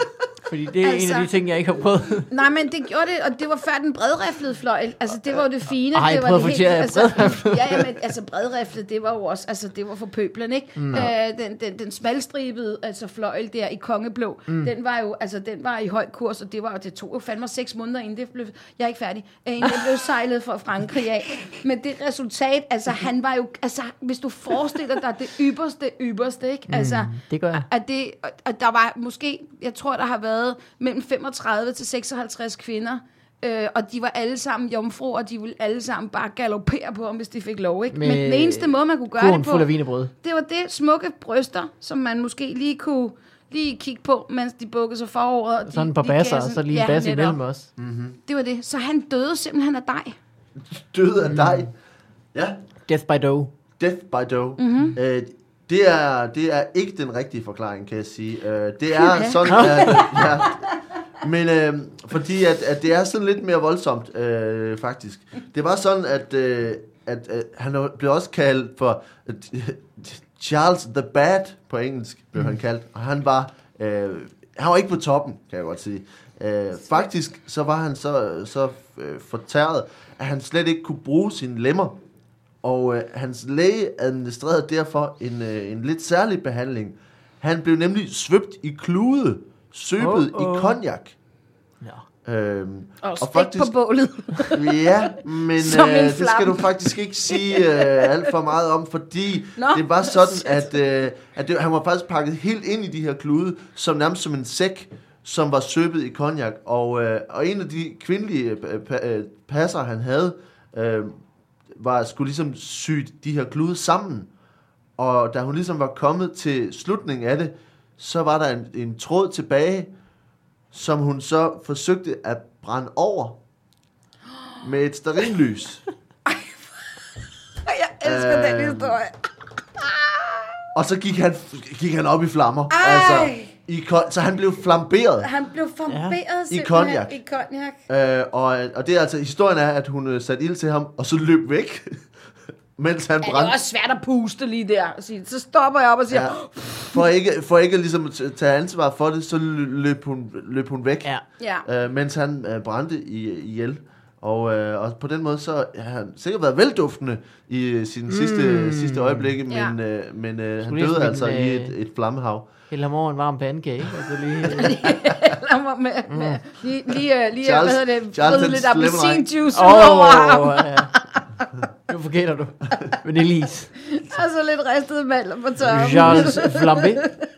Fordi det er altså, en af de ting, jeg ikke har prøvet. Nej, men det gjorde det, og det var før den bredriflede fløjl. Altså, det var jo det fine. Ej, det var prøv det at helt, altså, ja, ja, men altså bredriflet, det var jo også, altså det var for pøblen, ikke? Mm. Øh, den, den, den smalstribede, altså fløjl der i kongeblå, mm. den var jo, altså den var i høj kurs, og det var det tog jo fandme seks måneder, inden det blev, jeg er ikke færdig, inden det blev sejlet fra Frankrig af. Men det resultat, altså han var jo, altså hvis du forestiller dig det ypperste, ypperste, ikke? Altså, mm, det gør jeg. At det, at der var måske, jeg tror, der har været mellem femogtredive til seksoghalvtreds kvinder, øh, og de var alle sammen jomfruer, og de ville alle sammen bare galoppere på ham, hvis de fik lov, ikke? Men den eneste måde, man kunne gøre det på, fuld af vinerbrød. Det var det smukke bryster, som man måske lige kunne lige kigge på, mens de bukkede sig forover. Sådan et par basser, og så lige en basse imellem os. Mm-hmm. Det var det. Så han døde simpelthen af dig. Døde af dig? Ja. Death by dough. Death by dough. Mm-hmm. Øh, det, er, det er ikke den rigtige forklaring, kan jeg sige. Øh, det er sådan, at... Ja, men øh, fordi at, at det er sådan lidt mere voldsomt, øh, faktisk. Det var sådan, at, øh, at øh, han blev også kaldt for øh, Charles the Bad på engelsk, blev mm. han kaldt. Og han var, øh, han var ikke på toppen, kan jeg godt sige. Øh, faktisk så var han så, så øh, fortæret, at han slet ikke kunne bruge sine lemmer. Og øh, hans læge administrerede derfor en, øh, en lidt særlig behandling. Han blev nemlig svøbt i klude, søbet oh, oh. i cognac. Ja. Øhm, og, og faktisk på bålet. Ja, men øh, det skal du faktisk ikke sige øh, alt for meget om, fordi Nå, det var sådan, at, øh, at det, han var faktisk pakket helt ind i de her klude, som nærmest som en sæk, som var søbet i cognac. Og, øh, og en af de kvindelige øh, passer, han havde, øh, var skulle ligesom syge de her klude sammen. Og da hun ligesom var kommet til slutningen af det, så var der en, en tråd tilbage, som hun så forsøgte at brænde over med et stearinlys. Jeg elsker øh, den historie. Og så gik han, gik han op i flammer. Altså, i, så han blev flamberet. Han blev flamberet ja. i cognac. I cognac. Øh, og, og det er altså, historien er, at hun satte ild til ham, og så løb væk. Mens han ja, brændte. det er også svært at puste lige der. Så stopper jeg op og siger... Ja. For ikke, for ikke ligesom at tage ansvar for det, så løb hun, løb hun væk. Ja. Øh, mens han øh, brændte i, ihjel. Og, øh, og på den måde så har han sikkert været velduftende i sine mm. sidste, sidste øjeblikke, ja. men, øh, men øh, han døde altså en, i et, et flammehav. Hælde ham over en varm pandekage. Altså lige, med, med, med, lige, lige, lige Charles, hvad hedder det, Charles lidt appelsinjuice oh, ud over ham. Ja. Nu forgætter du. Vaniljeis. Og så lidt ristet mandler på tørren. Charles Flambé.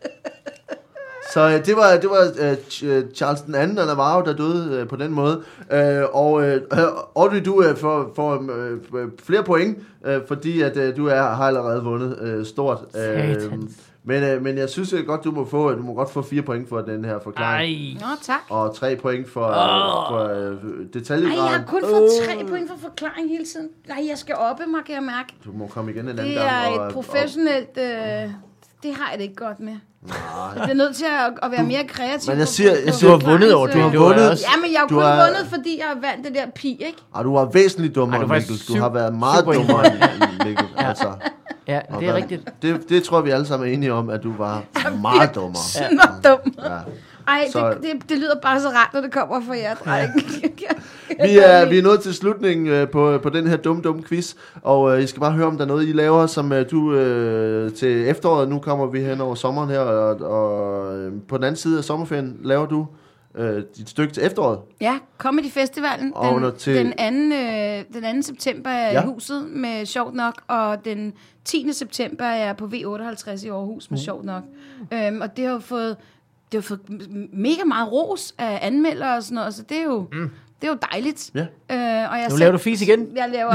Så øh, det var, det var øh, Charles den anden af Navarro, der døde øh, på den måde. Øh, og øh, Audrey, du øh, får, får øh, flere point, øh, fordi at øh, du er, har allerede vundet øh, stort. Øh, men, øh, men jeg synes godt, du må få, du må godt få fire point for den her forklaring. Ej. Nå, tak. Og tre point for, oh. for øh, detaljegraden. Nej, jeg har kun fået tre oh. point for forklaring hele tiden. Nej, jeg skal oppe mig, kan jeg mærke. Du må komme igen en anden gang. gang. Det er et professionelt... Øh, det har jeg det ikke godt med. Nej. Jeg bliver nødt til at, at være mere kreativ. Men jeg siger, jeg siger du har vundet over, du har vundet. Ja, men jeg har kun har, vundet, fordi jeg har valgt det der pi, ikke? Ah, du var væsentligt dummere end Mikkel. Du har været meget dummere end Mikkel. Ja. Altså. Ja, det er rigtigt. Det, det tror vi alle sammen er enige om, at du var meget dummere. Snart dum. Ja. Ej, så, det, det, det lyder bare så rart, når det kommer fra jer, dreng. Ja. vi, er, vi er nået til slutningen uh, på, på den her dumme, dumme quiz, og uh, I skal bare høre, om der er noget, I laver, som uh, du uh, til efteråret, nu kommer vi hen over sommeren her, og, og uh, på den anden side af sommerferien laver du uh, dit stykke til efteråret. Ja, Comedy Festivalen. Den, til... den, anden, øh, den anden september er ja. i huset med Sjovt Nok, og den tiende september er jeg på V otteoghalvtreds i Aarhus med uh. Sjovt Nok. Um, og det har jo fået... Det har fået mega meget ros af anmeldere og sådan noget, så det er jo, mm. det er jo dejligt. Ja. Øh, og jeg nu selv, laver du fis igen. Jeg laver...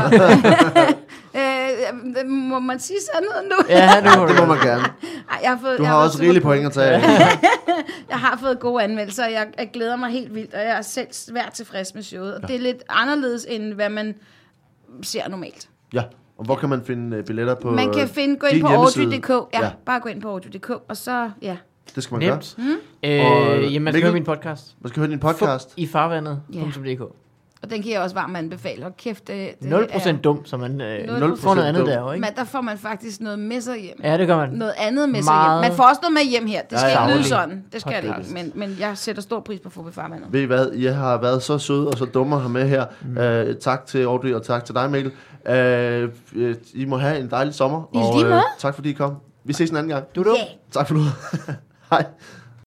øh, må man sige sådan noget nu? Ja, det må man gerne. Ej, jeg har fået, du jeg har, har også rigelige point at tage. Jeg har fået gode anmeldelser, og jeg, jeg glæder mig helt vildt, og jeg er selv svært tilfreds med showet. Og ja. det er lidt anderledes, end hvad man ser normalt. Ja. Og hvor kan man finde billetter på Man kan finde, gå ind på audrey punktum d k. Ja, ja, bare gå ind på audrey punktum d k, og så, ja... Det skal man Nemt. gøre. Mm. Øh, jamen, man skal høre min podcast. Man skal høre din podcast. I farvandet punktum d k. Og den kan jeg også varmt anbefale. Og kæft, det, det nul procent dum, så man øh, nul procent får noget andet dum. der, ikke? Men der får man faktisk noget med sig hjem. Ja, det gør man. Noget andet med sig Meget hjem. Man får også noget med hjem her. Det skal Ja, ja. ikke lyde sådan. Det skal det Podcast. ikke. Men, men jeg sætter stor pris på fodboldfarvandet. Ved I hvad? Jeg har været så sød og så dumme at have med her. Mm. Uh, tak til Audrey og tak til dig, Mikkel. Uh, I må have en dejlig sommer. I og lige måde. tak fordi I kom. Vi ses en anden gang. Du, du. Yeah. Tak for nu. Hej.